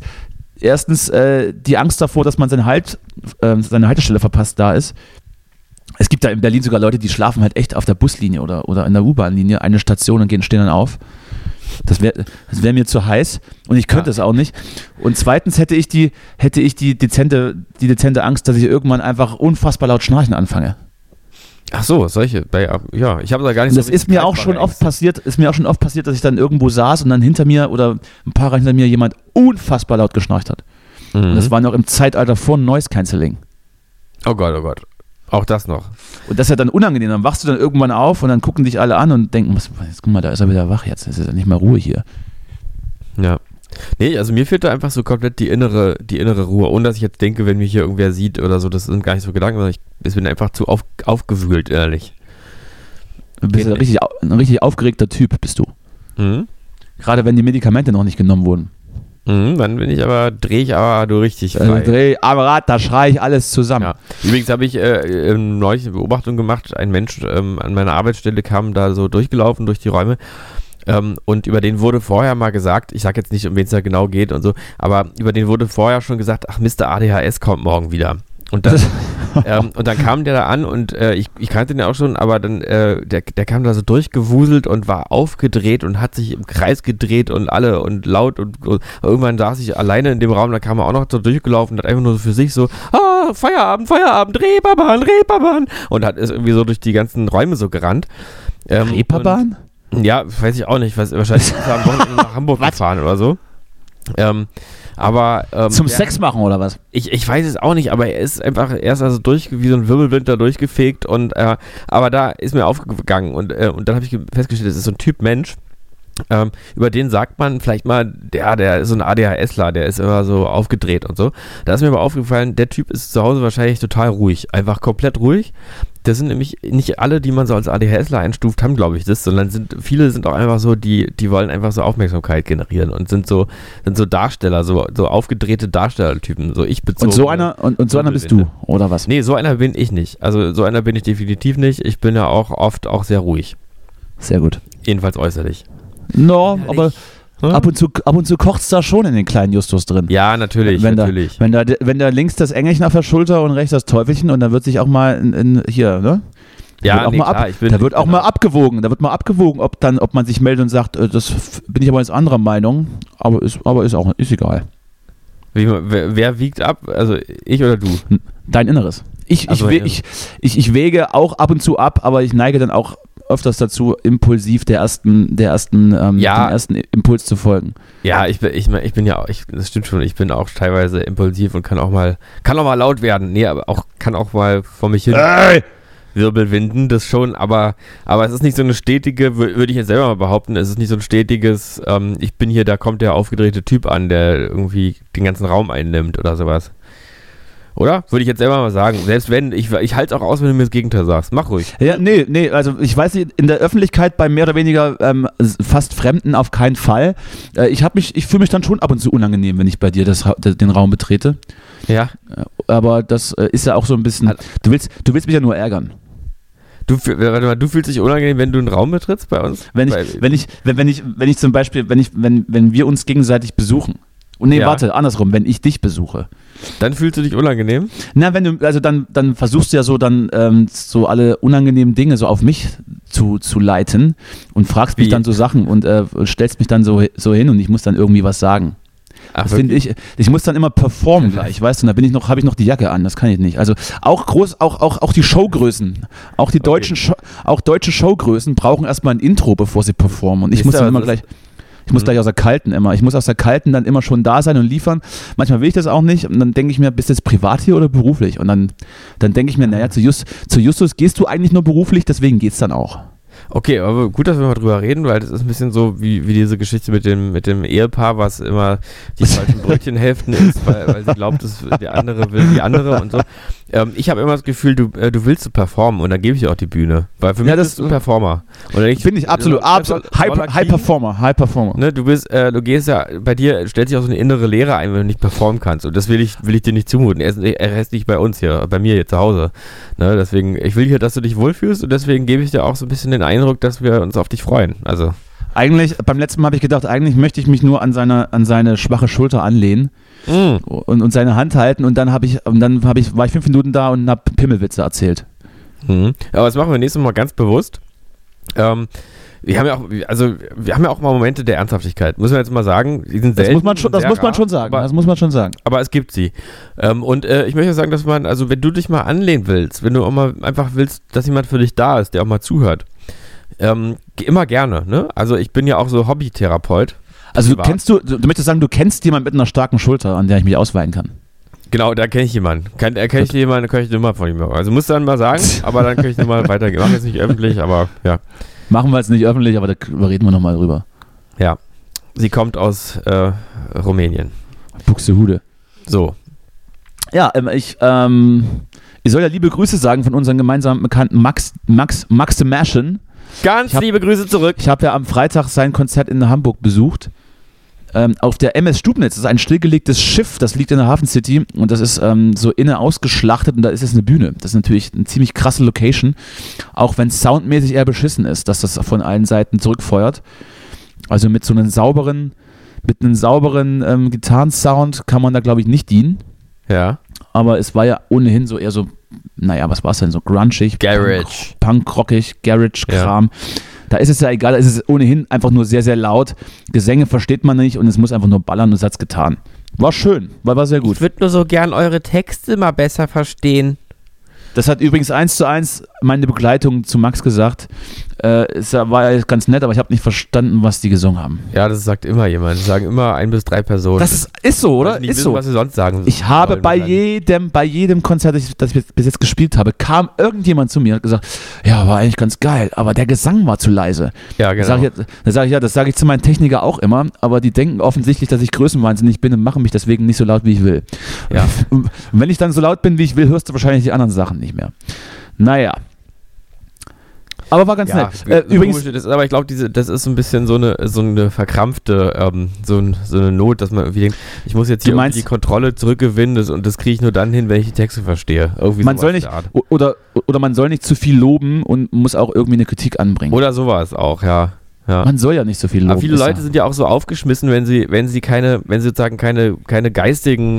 die Angst davor, dass man seine Haltestelle verpasst, da ist. Es gibt da in Berlin sogar Leute, die schlafen halt echt auf der Buslinie oder in der U-Bahn-Linie, eine Station und stehen dann auf. Das wär mir zu heiß und ich könnte es auch nicht. Und zweitens hätte ich die dezente Angst, dass ich irgendwann einfach unfassbar laut schnarchen anfange. Ach so, solche. Ja, ich habe da gar nicht so. Das ist mir auch schon oft passiert, dass ich dann irgendwo saß und dann hinter mir oder ein paar Reihen hinter mir jemand unfassbar laut geschnarcht hat. Mhm. Und das war noch im Zeitalter vor Noise Cancelling. Oh Gott. Auch das noch. Und das ist ja dann unangenehm. Dann wachst du dann irgendwann auf und dann gucken dich alle an und denken, guck mal, da ist er wieder wach jetzt. Es ist ja nicht mehr Ruhe hier. Ja. Nee, also mir fehlt da einfach so komplett die innere Ruhe, ohne dass ich jetzt denke, wenn mich hier irgendwer sieht oder so, das sind gar nicht so Gedanken, sondern ich bin einfach zu aufgewühlt, ehrlich. Du bist ein richtig aufgeregter Typ, bist du. Mhm. Gerade wenn die Medikamente noch nicht genommen wurden. Dann drehe ich aber du richtig frei. Da schreie ich alles zusammen. Ja. Übrigens habe ich neulich eine Beobachtung gemacht, ein Mensch an meiner Arbeitsstelle kam da so durchgelaufen durch die Räume. Und über den wurde vorher mal gesagt, ich sage jetzt nicht, um wen es da genau geht und so, aber über den wurde vorher schon gesagt, ach, Mr. ADHS kommt morgen wieder. Und dann kam der da an und ich kannte den ja auch schon, aber dann der kam da so durchgewuselt und war aufgedreht und hat sich im Kreis gedreht und laut und irgendwann saß ich alleine in dem Raum, da kam er auch noch so durchgelaufen und hat einfach nur so für sich so, Feierabend, Reeperbahn und ist irgendwie so durch die ganzen Räume so gerannt. Reeperbahn? Ja, weiß ich auch nicht. Wahrscheinlich ist er am Wochenende nach Hamburg gefahren oder so. Zum Sex machen oder was? Ich weiß es auch nicht, aber er ist also wie so ein Wirbelwind da durchgefegt und aber da ist mir aufgegangen und dann habe ich festgestellt, das ist so ein Typ Mensch, über den sagt man vielleicht mal, der ist so ein ADHSler, der ist immer so aufgedreht und so. Da ist mir aber aufgefallen, der Typ ist zu Hause wahrscheinlich total ruhig, einfach komplett ruhig. Das sind nämlich nicht alle, die man so als ADHSler einstuft, haben, glaube ich, das, sondern viele sind auch einfach so, die wollen einfach so Aufmerksamkeit generieren und sind so Darsteller, so aufgedrehte Darstellertypen, so ich bezogen. Und so einer bist du, oder was? Nee, so einer bin ich nicht. Also so einer bin ich definitiv nicht. Ich bin ja auch oft auch sehr ruhig. Sehr gut. Jedenfalls äußerlich. No, aber ab und zu kocht es da schon in den kleinen Justus drin. Ja, natürlich, natürlich. Wenn da links das Engelchen auf der Schulter und rechts das Teufelchen und dann wird sich auch mal hier, ne? Ja, Da wird auch mal abgewogen, ob man sich meldet und sagt, das bin ich aber jetzt anderer Meinung, aber ist egal. Wer wiegt ab? Also ich oder du? Dein Inneres. Ich wäge auch ab und zu ab, aber ich neige dann auch öfters dazu, impulsiv dem ersten Impuls zu folgen. Ja, ich bin ja auch, das stimmt schon, ich bin auch teilweise impulsiv und kann auch mal laut werden. Nee, aber kann auch mal vor mich hin Wirbelwinden, das schon, aber es ist nicht so eine stetige, würde ich jetzt selber mal behaupten, es ist nicht so ein stetiges, ich bin hier, da kommt der aufgedrehte Typ an, der irgendwie den ganzen Raum einnimmt oder sowas. Oder? Würde ich jetzt selber mal sagen. Selbst wenn, ich halte es auch aus, wenn du mir das Gegenteil sagst. Mach ruhig. Ja, nee, also ich weiß nicht, in der Öffentlichkeit bei mehr oder weniger fast Fremden auf keinen Fall. Ich fühle mich dann schon ab und zu unangenehm, wenn ich bei dir den Raum betrete. Ja. Aber das ist ja auch so ein bisschen, du willst mich ja nur ärgern. Du fühlst dich unangenehm, wenn du einen Raum betrittst bei uns? Wenn ich zum Beispiel, wenn wir uns gegenseitig besuchen. Und warte, andersrum, wenn ich dich besuche. Dann fühlst du dich unangenehm? Na, dann versuchst du ja so alle unangenehmen Dinge so auf mich zu leiten und fragst mich dann so Sachen und stellst mich dann so hin und ich muss dann irgendwie was sagen. Ach, das finde ich muss dann immer performen gleich, weißt du, und da habe ich noch die Jacke an, das kann ich nicht. Also auch die Showgrößen, auch die deutsche Showgrößen brauchen erstmal ein Intro, bevor sie performen und ich muss dann immer gleich... Ich muss gleich aus der Kalten dann immer schon da sein und liefern. Manchmal will ich das auch nicht und dann denke ich mir, bist du jetzt privat hier oder beruflich? Und dann denke ich mir, naja, zu Justus gehst du eigentlich nur beruflich, deswegen geht's dann auch. Okay, aber gut, dass wir mal drüber reden, weil das ist ein bisschen so wie diese Geschichte mit dem Ehepaar, was immer die falschen Brötchenhälften ist, weil sie glaubt, dass der andere will die andere und so. Ich habe immer das Gefühl, du willst performen und dann gebe ich dir auch die Bühne, weil für mich bist du ein Performer. Finde ich absolut. High Performer. Ne, du gehst ja, bei dir stellt sich auch so eine innere Leere ein, wenn du nicht performen kannst und das will ich dir nicht zumuten. Er ist nicht bei uns hier, bei mir hier zu Hause. Ne, deswegen, ich will hier, dass du dich wohlfühlst und deswegen gebe ich dir auch so ein bisschen den Eindruck, dass wir uns auf dich freuen. Also eigentlich, beim letzten Mal habe ich gedacht, eigentlich möchte ich mich nur an seine schwache Schulter anlehnen und seine Hand halten und dann war ich 5 Minuten da und habe Pimmelwitze erzählt. Aber das machen wir nächstes Mal ganz bewusst. Wir haben ja auch mal Momente der Ernsthaftigkeit, muss man jetzt mal sagen. Die sind selten, das muss man schon sagen. Aber es gibt sie. Und ich möchte sagen, dass also wenn du dich mal anlehnen willst, wenn du auch mal einfach willst, dass jemand für dich da ist, der auch mal zuhört, immer gerne, ne? Also ich bin ja auch so Hobbytherapeut. Also du möchtest sagen, du kennst jemanden mit einer starken Schulter, an der ich mich ausweinen kann. Genau, da kenne ich jemanden. Kann ich die Nummer von ihm machen. Also musst du dann mal sagen, aber dann kann ich die mal weitergeben. Mach jetzt nicht öffentlich, aber ja. Machen wir jetzt nicht öffentlich, aber da reden wir nochmal drüber. Ja, sie kommt aus Rumänien. Buxtehude. So. Ja, ich soll ja liebe Grüße sagen von unserem gemeinsamen Bekannten Max de Maschen. Liebe Grüße zurück. Ich habe ja am Freitag sein Konzert in Hamburg besucht. Auf der MS Stubnitz. Das ist ein stillgelegtes Schiff, das liegt in der Hafen City und das ist so innen ausgeschlachtet und da ist jetzt eine Bühne. Das ist natürlich eine ziemlich krasse Location, auch wenn es soundmäßig eher beschissen ist, dass das von allen Seiten zurückfeuert. Also mit so einem sauberen Gitarrensound kann man da, glaube ich, nicht dienen. Ja. Aber es war ja ohnehin so eher so, naja, was war es denn, so grungig, Garage. Punkrockig, Garage-Kram. Ja. Da ist es ja egal, da ist es ohnehin einfach nur sehr, sehr laut. Gesänge versteht man nicht und es muss einfach nur ballern und es hat's getan. War schön, war sehr gut. Ich würde nur so gern eure Texte mal besser verstehen. Das hat übrigens 1:1 meine Begleitung zu Max gesagt. war ja ganz nett, aber ich habe nicht verstanden, was die gesungen haben. Ja, das sagt immer jemand. Das sagen immer 1 bis 3 Personen. Das ist so, oder? Nicht Ist wissen, so. was sie sonst sagen. Ich habe bei jedem Konzert, das ich bis jetzt gespielt habe, kam irgendjemand zu mir und hat gesagt, ja, war eigentlich ganz geil, aber der Gesang war zu leise. Ja, genau. Da sage ich, ja, das sage ich zu meinen Techniker auch immer, aber die denken offensichtlich, dass ich größenwahnsinnig bin und machen mich deswegen nicht so laut, wie ich will. Ja. Und wenn ich dann so laut bin, wie ich will, hörst du wahrscheinlich die anderen Sachen nicht mehr. Naja. Aber war ganz nett. Übrigens, aber ich glaube, das ist so ein bisschen so eine verkrampfte, so eine Not, dass man irgendwie denkt, ich muss jetzt hier irgendwie die Kontrolle zurückgewinnen und das kriege ich nur dann hin, wenn ich die Texte verstehe. Irgendwie man soll nicht, oder man soll nicht zu viel loben und muss auch irgendwie eine Kritik anbringen. Oder sowas auch, ja. Ja. Man soll ja nicht so viel loben. Aber viele Leute sind ja auch so aufgeschmissen, wenn sie sozusagen keine geistigen,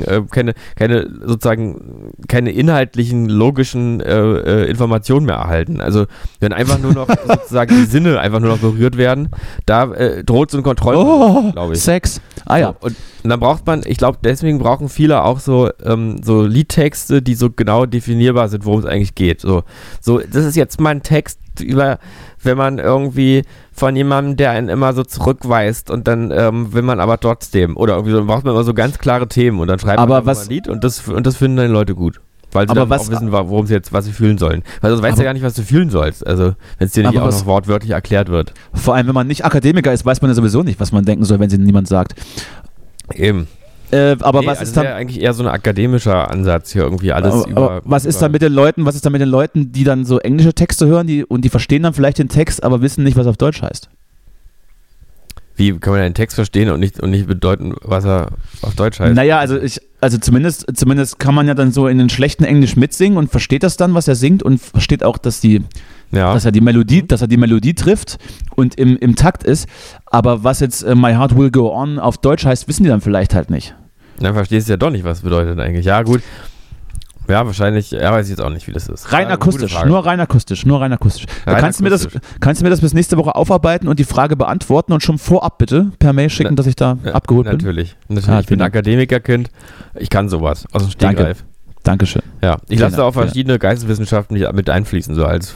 keine inhaltlichen, logischen Informationen mehr erhalten. Also wenn einfach nur noch sozusagen die Sinne einfach nur noch berührt werden, da droht so ein Kontrollverlust, glaube ich. Sex. Ah ja. Und dann braucht man, ich glaube, deswegen brauchen viele auch so Liedtexte, die so genau definierbar sind, worum es eigentlich geht. So, das ist jetzt mal ein Text über, wenn man irgendwie von jemandem, der einen immer so zurückweist und dann will man aber trotzdem, oder irgendwie so, braucht man immer so ganz klare Themen und dann schreibt man ein Lied und das finden dann Leute gut. Weil sie dann auch wissen, was sie fühlen sollen. Weil sonst weißt du ja gar nicht, was du fühlen sollst. Also, wenn es dir nicht auch noch wortwörtlich erklärt wird. Vor allem, wenn man nicht Akademiker ist, weiß man ja sowieso nicht, was man denken soll, wenn sie niemand sagt. Eben. Aber was ist dann ja eigentlich eher so ein akademischer Ansatz hier irgendwie alles aber was ist dann mit den Leuten, die dann so englische Texte hören, die verstehen dann vielleicht den Text, aber wissen nicht, was auf Deutsch heißt? Wie kann man einen Text verstehen und nicht bedeuten, was er auf Deutsch heißt? Naja, also zumindest kann man ja dann so in den schlechten Englisch mitsingen und versteht das dann, was er singt und versteht auch, dass er die Melodie trifft und im Takt ist. Aber was jetzt My Heart Will Go On auf Deutsch heißt, wissen die dann vielleicht halt nicht. Dann verstehst du ja doch nicht, was es bedeutet eigentlich. Ja, gut. Ja, wahrscheinlich, weiß ich jetzt auch nicht, wie das ist. Rein akustisch. Kannst du mir das bis nächste Woche aufarbeiten und die Frage beantworten und schon vorab bitte per Mail schicken, dass ich da abgeholt bin? Natürlich. Ich bin Akademikerkind. Ich kann sowas aus dem Stegreif. Dankeschön. Ja, ich lasse da auch verschiedene Geisteswissenschaften mit einfließen, so als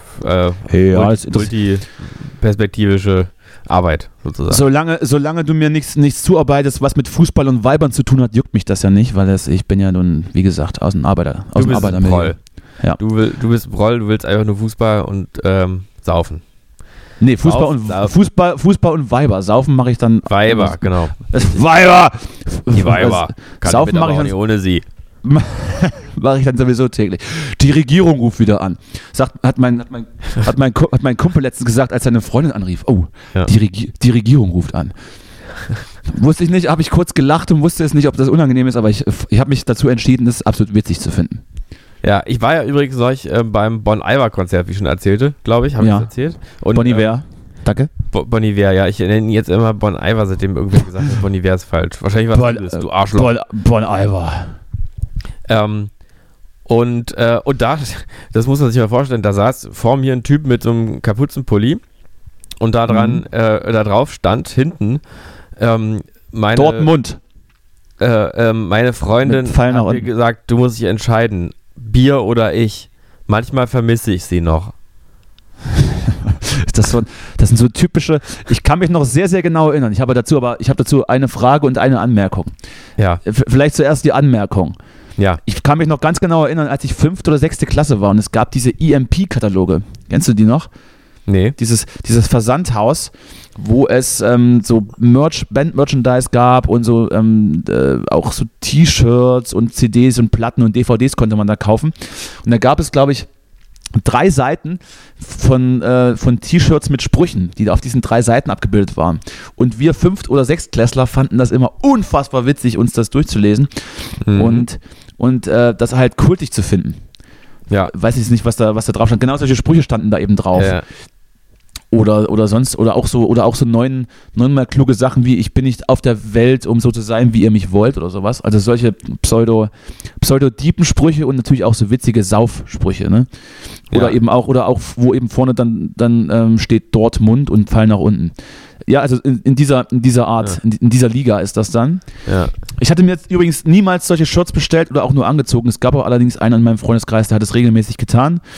multiperspektivische Arbeit sozusagen. Solange du mir nichts zuarbeitest, was mit Fußball und Weibern zu tun hat, juckt mich das ja nicht, weil ich bin ja nun, wie gesagt, aus dem Arbeitermilieu. Ja. Du bist Proll, du willst einfach nur Fußball und saufen. Nee, Fußball und Weiber. Saufen mache ich dann. Weiber, genau. Weiber! Die Weiber. Saufen mache ich dann nicht ohne sie. Mache ich dann sowieso täglich. Die Regierung ruft wieder an. Hat mein Kumpel letztens gesagt, als seine Freundin anrief. Oh, ja. Die Regierung ruft an. Wusste ich nicht, habe ich kurz gelacht und wusste es nicht, ob das unangenehm ist, aber ich habe mich dazu entschieden, das absolut witzig zu finden. Ja, ich war ja übrigens beim Bon Iver-Konzert, wie ich schon erzählte, glaube ich, habe ich erzählt. Und, Bon Iver, danke. Bon Iver, ja, ich nenne ihn jetzt immer Bon Iver, seitdem irgendwer gesagt hat, Bon Iver ist falsch. Wahrscheinlich war es du Arschloch. Bon Iver. Und da, das muss man sich mal vorstellen, da saß vor mir ein Typ mit so einem Kapuzenpulli und da drauf stand hinten Dortmund. Meine Freundin hat mir gesagt, du musst dich entscheiden, Bier oder ich. Manchmal vermisse ich sie noch. Das sind so typische, ich kann mich noch sehr, sehr genau erinnern. Ich habe dazu eine Frage und eine Anmerkung. Ja. Vielleicht zuerst die Anmerkung. Ja. Ich kann mich noch ganz genau erinnern, als ich 5. oder 6. Klasse war und es gab diese EMP-Kataloge. Kennst du die noch? Nee. Dieses Versandhaus, wo es so Band-Merchandise gab und so auch so T-Shirts und CDs und Platten und DVDs konnte man da kaufen. Und da gab es, glaube ich, 3 Seiten von T-Shirts mit Sprüchen, die da auf diesen 3 Seiten abgebildet waren. Und wir 5. oder 6. Klässler fanden das immer unfassbar witzig, uns das durchzulesen und das halt kultig zu finden. Ja. Weiß ich nicht, was da drauf stand. Genau solche Sprüche standen da eben drauf. Ja. Oder auch so neunmal kluge Sachen wie ich bin nicht auf der Welt, um so zu sein, wie ihr mich wollt oder sowas. Also solche Pseudo-Diepensprüche und natürlich auch so witzige Saufsprüche, ne? Oder auch wo eben vorne dann steht Dortmund und Pfeil nach unten. Ja, also in dieser Art, in dieser Liga ist das dann. Ja. Ich hatte mir jetzt übrigens niemals solche Shirts bestellt oder auch nur angezogen. Es gab auch allerdings einen in meinem Freundeskreis, der hat es regelmäßig getan.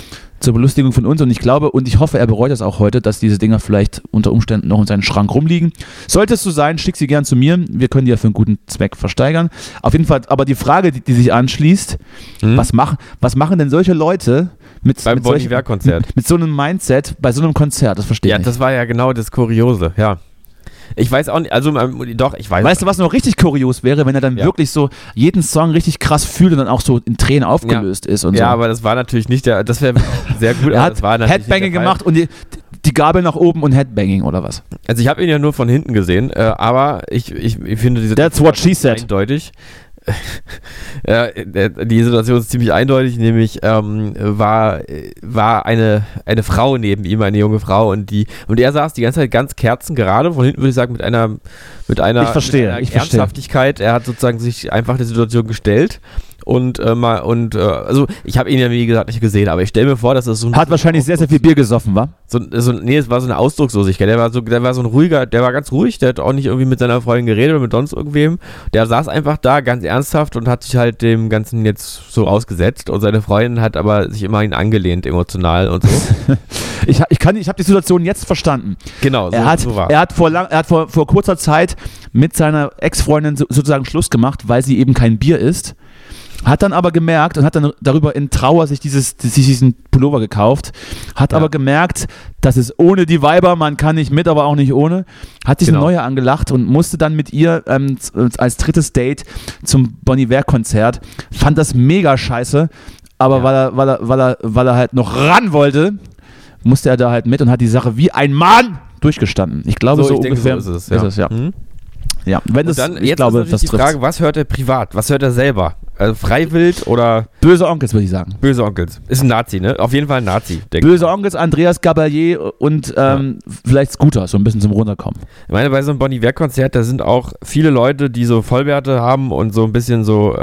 zur Belustigung von uns und ich glaube und ich hoffe, er bereut das auch heute, dass diese Dinger vielleicht unter Umständen noch in seinem Schrank rumliegen. Sollte es so sein, schick sie gern zu mir. Wir können die ja für einen guten Zweck versteigern. Auf jeden Fall, aber die Frage, die sich anschließt, was machen denn solche Leute beim Bon Iver-Konzert mit so einem Mindset bei so einem Konzert? Das verstehe ich nicht. Ja, das war ja genau das Kuriose, ja. Ich weiß auch nicht, also doch, ich weiß. Weißt du, was noch richtig kurios wäre, wenn er dann wirklich so jeden Song richtig krass fühlt und dann auch so in Tränen aufgelöst ist und so. Ja, aber das war natürlich nicht das wäre sehr gut. Er hat Headbanging gemacht und die Gabel nach oben und Headbanging oder was? Also ich habe ihn ja nur von hinten gesehen, aber ich finde diese That's what she said. Eindeutig. Ja, die Situation ist ziemlich eindeutig, nämlich war eine Frau neben ihm, eine junge Frau und er saß die ganze Zeit ganz kerzengerade, von hinten würde ich sagen mit einer Ernsthaftigkeit. Er hat sozusagen sich einfach der Situation gestellt. Also ich habe ihn ja wie gesagt nicht gesehen, aber ich stelle mir vor, dass es so ein hat wahrscheinlich sehr, sehr viel Bier gesoffen, wa? Nee, es war so eine Ausdruckslosigkeit. Der war so ein ruhiger, der war ganz ruhig, der hat auch nicht irgendwie mit seiner Freundin geredet oder mit sonst irgendwem. Der saß einfach da ganz ernsthaft und hat sich halt dem Ganzen jetzt so ausgesetzt und seine Freundin hat aber sich immer ihn angelehnt, emotional und so. Ich habe die Situation jetzt verstanden. Genau, er hat vor kurzer Zeit mit seiner Ex-Freundin sozusagen Schluss gemacht, weil sie eben kein Bier isst. Hat dann aber gemerkt und hat dann darüber in Trauer sich diesen Pullover gekauft, hat aber gemerkt, dass es ohne die Weiber, man kann nicht mit, aber auch nicht ohne, hat sich eine neue angelacht und musste dann mit ihr als drittes Date zum Bon Iver-Konzert, fand das mega scheiße, aber weil er halt noch ran wollte, musste er da halt mit und hat die Sache wie ein Mann durchgestanden. Ich glaube, so ungefähr so ist es, ja. Ja, wenn das, dann, ich glaube, das trifft. Die Frage, was hört er privat? Was hört er selber? Also freiwillig oder? Böse Onkels, würde ich sagen. Böse Onkels. Ist ein Nazi, ne? Auf jeden Fall ein Nazi. Böse Onkels, Andreas Gabalier und vielleicht Scooter, so ein bisschen zum Runterkommen. Ich meine, bei so einem Bon Iver-Konzert, da sind auch viele Leute, die so Vollbärte haben und so ein bisschen so,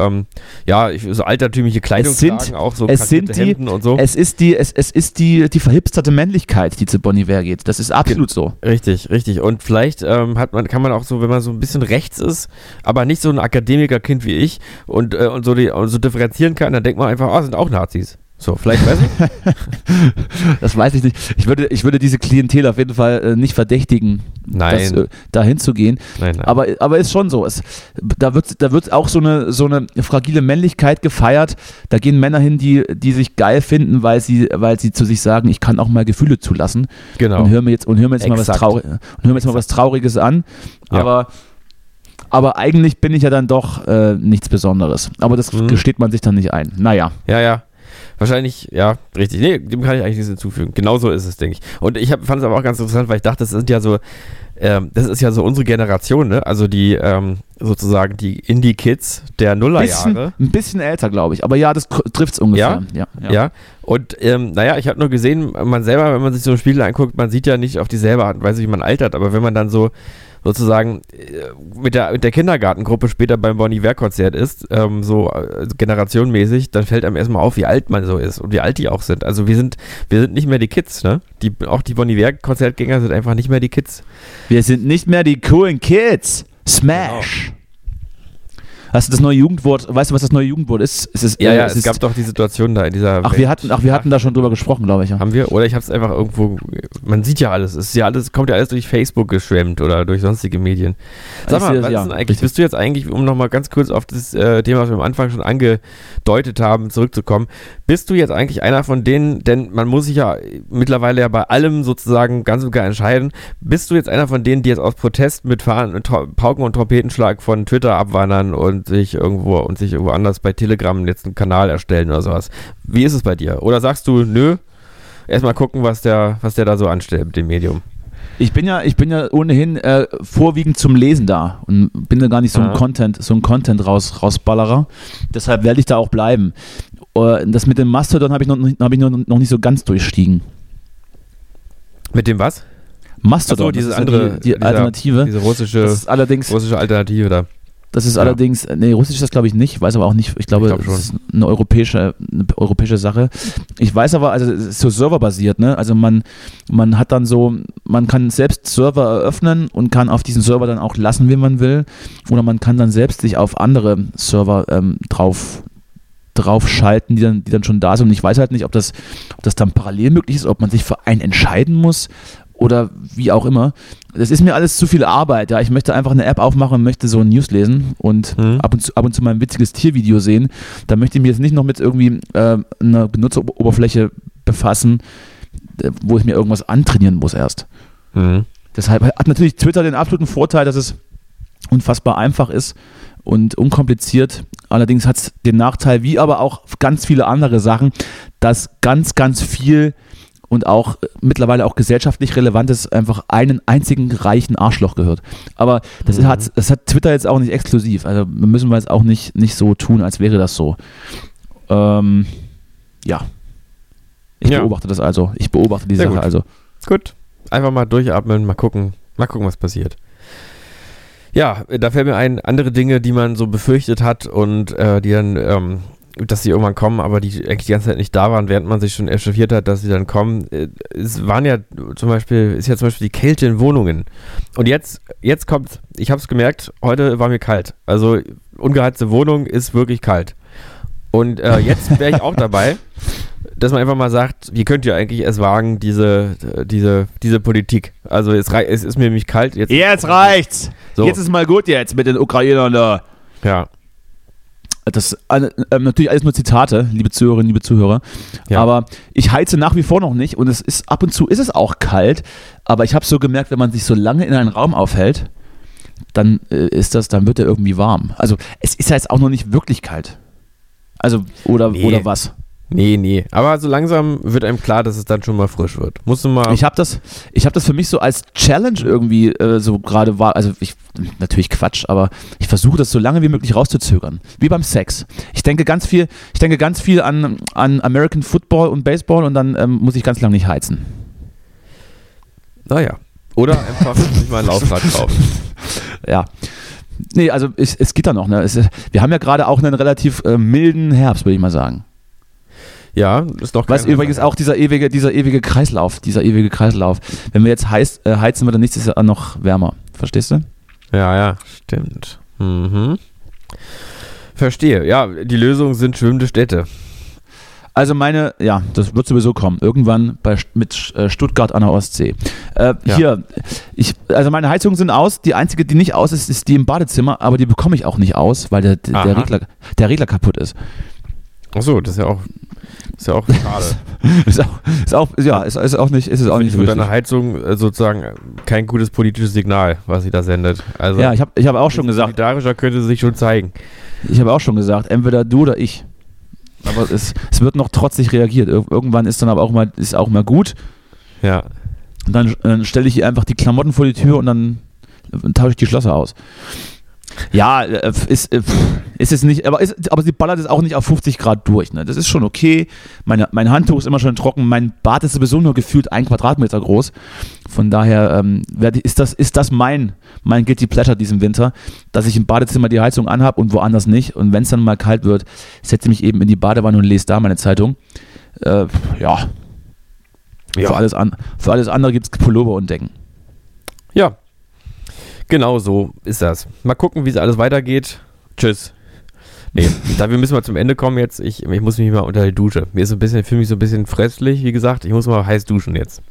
so altertümliche Kleidung tragen, auch so Hemden und so. Es ist die verhipsterte Männlichkeit, die zu Bon Iver geht. Das ist absolut so. Richtig. Und vielleicht kann man auch so, wenn man so ein bisschen rechts ist, aber nicht so ein Akademikerkind wie ich und so differenzieren kann, dann denkt man einfach, sind auch Nazis. So, vielleicht weiß ich. Das weiß ich nicht. Ich würde diese Klientel auf jeden Fall nicht verdächtigen, dahin zu gehen. Nein. Aber ist schon so. Da wird auch so eine fragile Männlichkeit gefeiert. Da gehen Männer hin, die sich geil finden, weil sie zu sich sagen, ich kann auch mal Gefühle zulassen. Genau. Und hör mir jetzt mal was Trauriges an. Ja. Aber eigentlich bin ich ja dann doch nichts Besonderes. Aber das gesteht man sich dann nicht ein. Naja. Ja. Wahrscheinlich, ja, richtig. Nee, dem kann ich eigentlich nichts hinzufügen. Genauso ist es, denke ich. Und ich fand es aber auch ganz interessant, weil ich dachte, das ist ja so unsere Generation, ne? Also die, sozusagen die Indie-Kids der Nullerjahre. Ein bisschen älter, glaube ich. Aber ja, das trifft es ungefähr. Ja. Und, ich habe nur gesehen, man selber, wenn man sich so ein Spiel anguckt, man sieht ja nicht auf dieselbe Art und Weise, wie man altert. Aber wenn man dann so sozusagen mit der Kindergartengruppe später beim Bon Iver-Konzert ist, generationenmäßig, dann fällt einem erstmal auf, wie alt man so ist und wie alt die auch sind. Also wir sind nicht mehr die Kids, ne? Auch die Bon Iver-Konzertgänger sind einfach nicht mehr die Kids. Wir sind nicht mehr die coolen Kids. Smash! Genau. Hast du das neue Jugendwort, weißt du, was das neue Jugendwort ist? Es gab doch die Situation da in dieser Welt. Wir hatten da schon drüber gesprochen, glaube ich. Ja. Haben wir? Oder ich habe es einfach irgendwo, man sieht ja alles, kommt ja alles durch Facebook geschwemmt oder durch sonstige Medien. Sag mal, was ist denn eigentlich, bist du jetzt eigentlich, um nochmal ganz kurz auf das Thema, was wir am Anfang schon angedeutet haben, zurückzukommen, bist du jetzt eigentlich einer von denen, denn man muss sich ja mittlerweile ja bei allem sozusagen ganz und gar entscheiden, bist du jetzt einer von denen, die jetzt aus Protest mit Pauken und Trompetenschlag von Twitter abwandern und sich irgendwo anders bei Telegram jetzt einen Kanal erstellen oder sowas. Wie ist es bei dir? Oder sagst du, nö, erstmal gucken, was der da so anstellt mit dem Medium? Ich bin ja ohnehin vorwiegend zum Lesen da und bin da gar nicht so ein Content rausballerer. Deshalb werde ich da auch bleiben. Das mit dem Mastodon habe ich noch nicht so ganz durchstiegen. Mit dem was? Mastodon, so, diese andere die Alternative. Diese russische Alternative da. Das ist allerdings, Russisch ist das glaube ich nicht, ich weiß aber auch nicht, ich glaube das ist eine europäische Sache. Ich weiß aber, also es ist so serverbasiert, ne? Also man hat dann so, man kann selbst Server eröffnen und kann auf diesen Server dann auch lassen, wie man will, oder man kann dann selbst sich auf andere Server drauf draufschalten, die dann schon da sind. Und ich weiß halt nicht, ob das dann parallel möglich ist, ob man sich für einen entscheiden muss oder wie auch immer. Das ist mir alles zu viel Arbeit. Ja. Ich möchte einfach eine App aufmachen und möchte so News lesen und ab und zu mal ein witziges Tiervideo sehen. Da möchte ich mich jetzt nicht noch mit irgendwie einer Benutzeroberfläche befassen, wo ich mir irgendwas antrainieren muss erst. Deshalb hat natürlich Twitter den absoluten Vorteil, dass es unfassbar einfach ist und unkompliziert. Allerdings hat es den Nachteil, wie aber auch ganz viele andere Sachen, dass ganz, ganz viel und auch mittlerweile auch gesellschaftlich Relevantes einfach einen einzigen reichen Arschloch gehört. Aber das hat Twitter jetzt auch nicht exklusiv. Also müssen wir jetzt auch nicht so tun, als wäre das so. Ja. Ich beobachte das also. Ich beobachte die Sache also. Gut. Einfach mal durchatmen, mal gucken, was passiert. Ja, da fällt mir ein, andere Dinge, die man so befürchtet hat und die dann, dass sie irgendwann kommen, aber die eigentlich die ganze Zeit nicht da waren, während man sich schon echauffiert hat, dass sie dann kommen. Es waren ja zum Beispiel die Kälte in Wohnungen. Und jetzt kommt, ich habe es gemerkt, heute war mir kalt. Also ungeheizte Wohnung ist wirklich kalt. Und jetzt wäre ich auch dabei, dass man einfach mal sagt, wie könnt ihr eigentlich es wagen, diese Politik? Also es ist mir nämlich kalt. Jetzt reicht's! So. Jetzt ist mal gut jetzt mit den Ukrainern da. Ja. Das natürlich alles nur Zitate, liebe Zuhörerinnen, liebe Zuhörer. Ja. Aber ich heize nach wie vor noch nicht und es ist ab und zu ist es auch kalt. Aber ich habe so gemerkt, wenn man sich so lange in einen Raum aufhält, dann wird er irgendwie warm. Also es ist ja jetzt auch noch nicht wirklich kalt. Also oder was? Nee. Aber so langsam wird einem klar, dass es dann schon mal frisch wird. Musst du mal. Ich hab das für mich so als Challenge irgendwie so gerade war. Also natürlich Quatsch, aber ich versuche das so lange wie möglich rauszuzögern. Wie beim Sex. Ich denke ganz viel an American Football und Baseball und dann muss ich ganz lange nicht heizen. Naja. Oder einfach sich mal ein Laufrad kaufen. Ja. Nee, also es geht da noch. Ne? Wir haben ja gerade auch einen relativ milden Herbst, würde ich mal sagen. Ja, ist doch was übrigens auch dieser ewige Kreislauf. Wenn wir jetzt heizen wir dann nächstes Jahr noch wärmer. Verstehst du? Ja, stimmt. Verstehe. Ja, die Lösung sind schwimmende Städte. Also das wird sowieso kommen. Irgendwann mit Stuttgart an der Ostsee. Hier, meine Heizungen sind aus. Die einzige, die nicht aus ist, ist die im Badezimmer, aber die bekomme ich auch nicht aus, weil der Regler kaputt ist. Ach so, das ist ja auch schade. ist auch nicht so wichtig. Mit deiner Heizung sozusagen kein gutes politisches Signal, was sie da sendet. Also ja, ich habe auch schon gesagt. Solidarischer könnte sie sich schon zeigen. Ich habe auch schon gesagt, entweder du oder ich. Aber es wird noch trotzig reagiert. Irgendwann ist dann aber auch mal gut. Ja. Und dann stelle ich ihr einfach die Klamotten vor die Tür und dann tausche ich die Schlösser aus. Ja, ist es nicht, aber sie ballert es auch nicht auf 50 Grad durch. Ne? Das ist schon okay. Mein Handtuch ist immer schon trocken. Mein Bad ist sowieso nur gefühlt 1 Quadratmeter groß. Von daher ist das mein Guilty Pleasure diesen Winter, dass ich im Badezimmer die Heizung anhabe und woanders nicht. Und wenn es dann mal kalt wird, setze ich mich eben in die Badewanne und lese da meine Zeitung. Ja. Für alles andere gibt es Pullover und Decken. Ja. Genau so ist das. Mal gucken, wie es alles weitergeht. Tschüss. Nee, dafür müssen wir zum Ende kommen jetzt. Ich muss mich mal unter die Dusche. Fühle mich so ein bisschen fresslich, wie gesagt. Ich muss mal heiß duschen jetzt.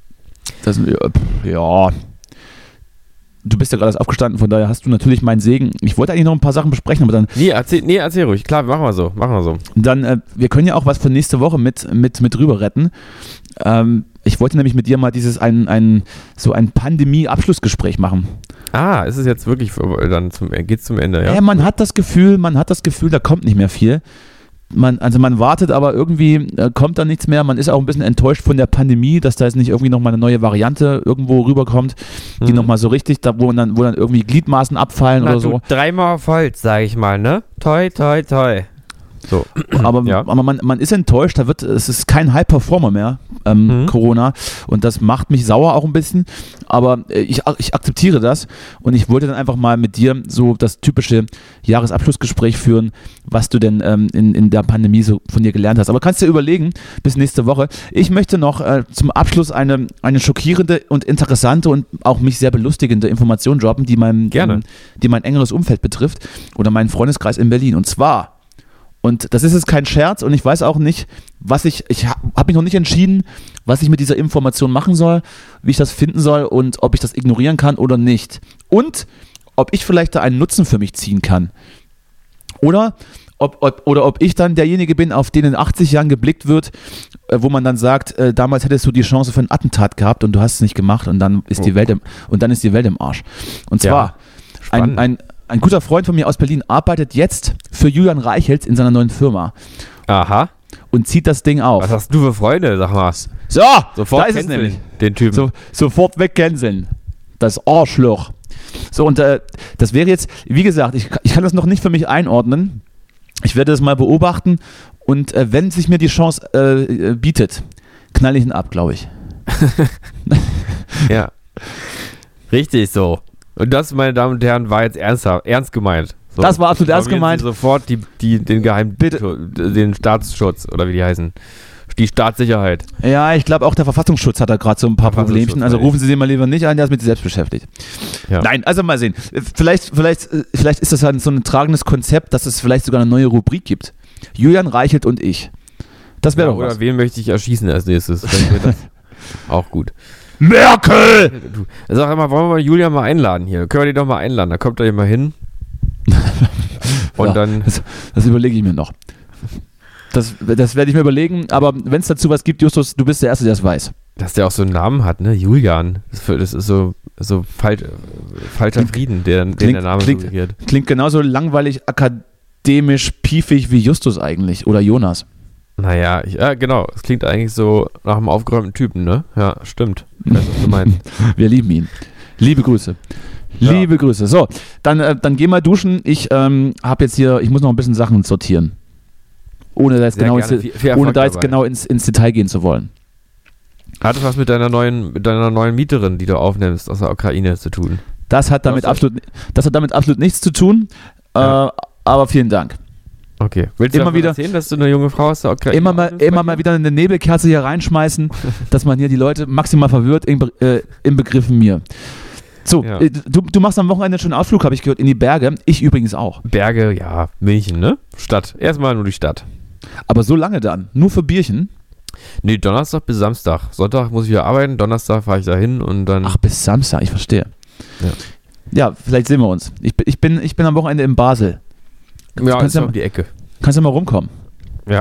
Ja. Du bist ja gerade erst aufgestanden, von daher hast du natürlich meinen Segen. Ich wollte eigentlich noch ein paar Sachen besprechen, aber dann... Nee, erzähl ruhig. Klar, machen wir so. Dann, wir können ja auch was für nächste Woche mit rüber retten. Ich wollte nämlich mit dir mal ein Pandemie-Abschlussgespräch machen. Ist es jetzt wirklich dann geht's zum Ende, ja? Ja, man hat das Gefühl, da kommt nicht mehr viel. Man wartet, aber irgendwie kommt da nichts mehr. Man ist auch ein bisschen enttäuscht von der Pandemie, dass da jetzt nicht irgendwie nochmal eine neue Variante irgendwo rüberkommt, die nochmal so richtig, wo dann irgendwie Gliedmaßen abfallen oder so. 3-mal auf Holz, sage ich mal, ne? Toi, toi, toi. So. Aber man ist enttäuscht, es ist kein High-Performer mehr, Corona, und das macht mich sauer auch ein bisschen, aber ich akzeptiere das und ich wollte dann einfach mal mit dir so das typische Jahresabschlussgespräch führen, was du denn in der Pandemie so von dir gelernt hast. Aber kannst dir überlegen, bis nächste Woche. Ich möchte noch zum Abschluss eine schockierende und interessante und auch mich sehr belustigende Information droppen, die mein engeres Umfeld betrifft oder meinen Freundeskreis in Berlin. Und zwar Und das ist jetzt kein Scherz und ich weiß auch nicht, ich habe mich noch nicht entschieden, was ich mit dieser Information machen soll, wie ich das finden soll und ob ich das ignorieren kann oder nicht. Und ob ich vielleicht da einen Nutzen für mich ziehen kann. Oder ob ich dann derjenige bin, auf den in 80 Jahren geblickt wird, wo man dann sagt, damals hättest du die Chance für ein Attentat gehabt und du hast es nicht gemacht und dann ist die Welt im Arsch. Und zwar ein guter Freund von mir aus Berlin arbeitet jetzt für Julian Reichelt in seiner neuen Firma. Aha. Und zieht das Ding auf. Was hast du für Freunde, sag mal. So, sofort da ist es nämlich. Den Typen. Sofort wegcanceln. Das Arschloch. So, und das wäre jetzt, wie gesagt, ich kann das noch nicht für mich einordnen. Ich werde das mal beobachten und wenn sich mir die Chance bietet, knall ich ihn ab, glaube ich. Ja. Richtig so. Und das, meine Damen und Herren, war jetzt ernst gemeint. So. Das war absolut ernst gemeint. Sie sofort den Staatsschutz, oder wie die heißen. Die Staatssicherheit. Ja, ich glaube auch der Verfassungsschutz hat da gerade so ein paar Problemchen. Also rufen Sie den mal lieber nicht an, der ist mit sich selbst beschäftigt. Ja. Nein, also mal sehen. Vielleicht ist das halt so ein tragendes Konzept, dass es vielleicht sogar eine neue Rubrik gibt. Julian Reichelt und ich. Das wäre doch was. Oder wen möchte ich erschießen als nächstes? Auch gut. Merkel! Sag mal, wollen wir mal Julian mal einladen hier? Können wir den doch mal einladen? Da kommt er hier mal hin. Und ja, dann... Das überlege ich mir noch. Das werde ich mir überlegen, aber wenn es dazu was gibt, Justus, du bist der Erste, der es weiß. Dass der auch so einen Namen hat, ne? Julian. Das ist so falscher Frieden, den der Name suggeriert. Klingt genauso langweilig, akademisch, piefig wie Justus eigentlich oder Jonas. Naja, genau. Es klingt eigentlich so nach einem aufgeräumten Typen, ne? Ja, stimmt. Ich weiß, was du meinst. Wir lieben ihn. Liebe Grüße. Ja. Liebe Grüße. So, dann geh mal duschen. Ich ich muss noch ein bisschen Sachen sortieren. Ohne da jetzt genau ins Detail gehen zu wollen. Hat es was mit deiner neuen Mieterin, die du aufnimmst, aus der Ukraine zu tun? Das hat damit absolut nichts zu tun, ja. Aber vielen Dank. Okay. Willst du mal erzählen, dass du eine junge Frau aus der Ukraine immer mal wieder eine Nebelkerze hier reinschmeißen, dass man hier die Leute maximal verwirrt im Begriff mir. So, ja. Du machst am Wochenende schon einen Ausflug, habe ich gehört, in die Berge. Ich übrigens auch. Berge, ja, München, ne? Stadt. Erstmal nur die Stadt. Aber so lange dann? Nur für Bierchen? Nee, Donnerstag bis Samstag. Sonntag muss ich wieder arbeiten, Donnerstag fahre ich da hin und dann... Ach, bis Samstag, ich verstehe. Ja, vielleicht sehen wir uns. Ich bin am Wochenende in Basel. Ja, ist um die Ecke. Kannst du mal rumkommen? Ja.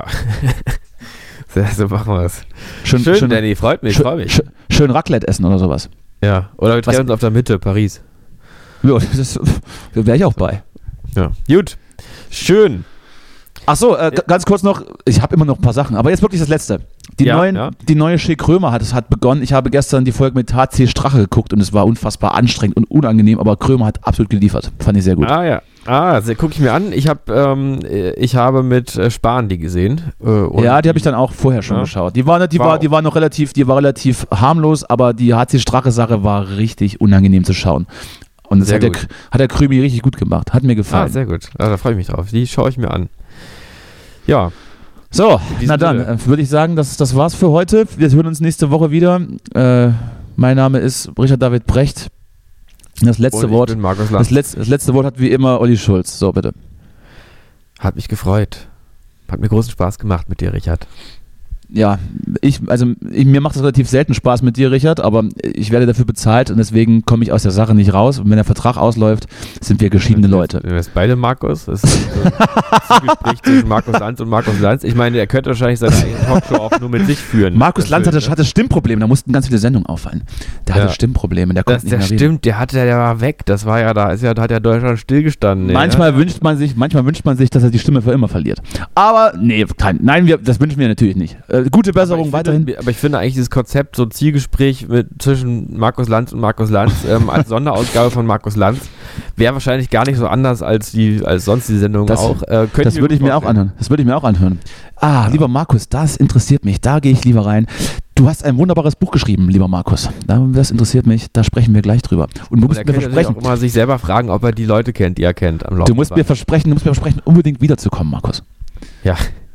So machen wir es. Schön, Danny, freut mich. Schön Raclette essen oder sowas. Ja, oder wir treffen uns auf der Mitte, Paris. Ja, da wäre ich auch bei. Ja. Gut. Schön. Ach so, ganz kurz noch, ich habe immer noch ein paar Sachen, aber jetzt wirklich das Letzte. Die neue Schick Krömer hat begonnen. Ich habe gestern die Folge mit HC Strache geguckt und es war unfassbar anstrengend und unangenehm, aber Krömer hat absolut geliefert. Fand ich sehr gut. Ah ja. Gucke ich mir an. Ich habe mit Spahn die gesehen. Ja, die habe ich dann auch vorher schon geschaut. Die war relativ harmlos, aber die HC Strache-Sache war richtig unangenehm zu schauen. Und das hat der Krömi richtig gut gemacht. Hat mir gefallen. Ah, sehr gut. Da freue ich mich drauf. Die schaue ich mir an. Ja. So, na dann, würde ich sagen, das war's für heute. Wir hören uns nächste Woche wieder. Mein Name ist Richard David Brecht. Das letzte Wort hat wie immer Olli Schulz. So, bitte. Hat mich gefreut. Hat mir großen Spaß gemacht mit dir, Richard. Ja, mir macht es relativ selten Spaß mit dir, Richard, aber ich werde dafür bezahlt und deswegen komme ich aus der Sache nicht raus. Und wenn der Vertrag ausläuft, sind wir geschiedene Leute. Wir sind beide Markus. Das ist ein Gespräch zwischen Markus Lanz und Markus Lanz. Ich meine, er könnte wahrscheinlich seine eigene Talkshow auch nur mit sich führen. Markus Lanz hatte Stimmprobleme, da mussten ganz viele Sendungen auffallen. Der hatte Stimmprobleme, der konnte nicht mehr reden. Der war weg, das war ja da, hat ja Deutschland stillgestanden. Manchmal wünscht man sich, dass er die Stimme für immer verliert. Aber das wünschen wir natürlich nicht. Gute Besserung weiterhin. Aber ich finde eigentlich dieses Konzept, so Zielgespräch zwischen Markus Lanz und Markus Lanz als Sonderausgabe von Markus Lanz, wäre wahrscheinlich gar nicht so anders als sonst die Sendung auch. Das würde ich mir auch anhören. Lieber Markus, das interessiert mich, da gehe ich lieber rein. Du hast ein wunderbares Buch geschrieben, lieber Markus. Das interessiert mich, da sprechen wir gleich drüber. Und du musst mir versprechen, auch immer sich selber fragen, ob er die Leute kennt, die er kennt am Laufen. Du musst mir versprechen, unbedingt wiederzukommen, Markus. Ja.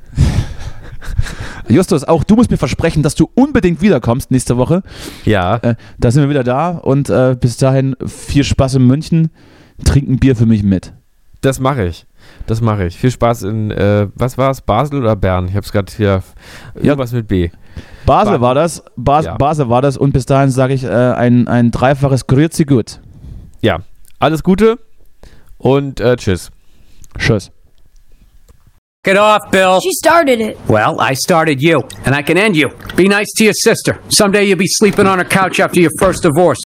Justus, auch du musst mir versprechen, dass du unbedingt wiederkommst nächste Woche. Ja. Da sind wir wieder da und bis dahin viel Spaß in München. Trink ein Bier für mich mit. Das mache ich. Viel Spaß in, was war es, Basel oder Bern? Ich habe es gerade hier, irgendwas mit B. Basel war das. Basel war das. Und bis dahin sage ich ein dreifaches Grüezi gut. Ja, alles Gute und tschüss. Tschüss. Get off, Bill. She started it. Well, I started you, and I can end you. Be nice to your sister. Someday you'll be sleeping on her couch after your first divorce.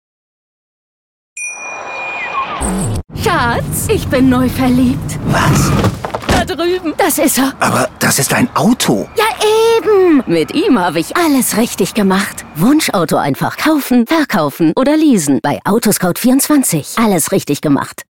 Schatz, ich bin neu verliebt. Was? Da drüben. Das ist er. Aber das ist ein Auto. Ja, eben. Mit ihm habe ich alles richtig gemacht. Wunschauto einfach kaufen, verkaufen oder leasen. Bei Autoscout24. Alles richtig gemacht.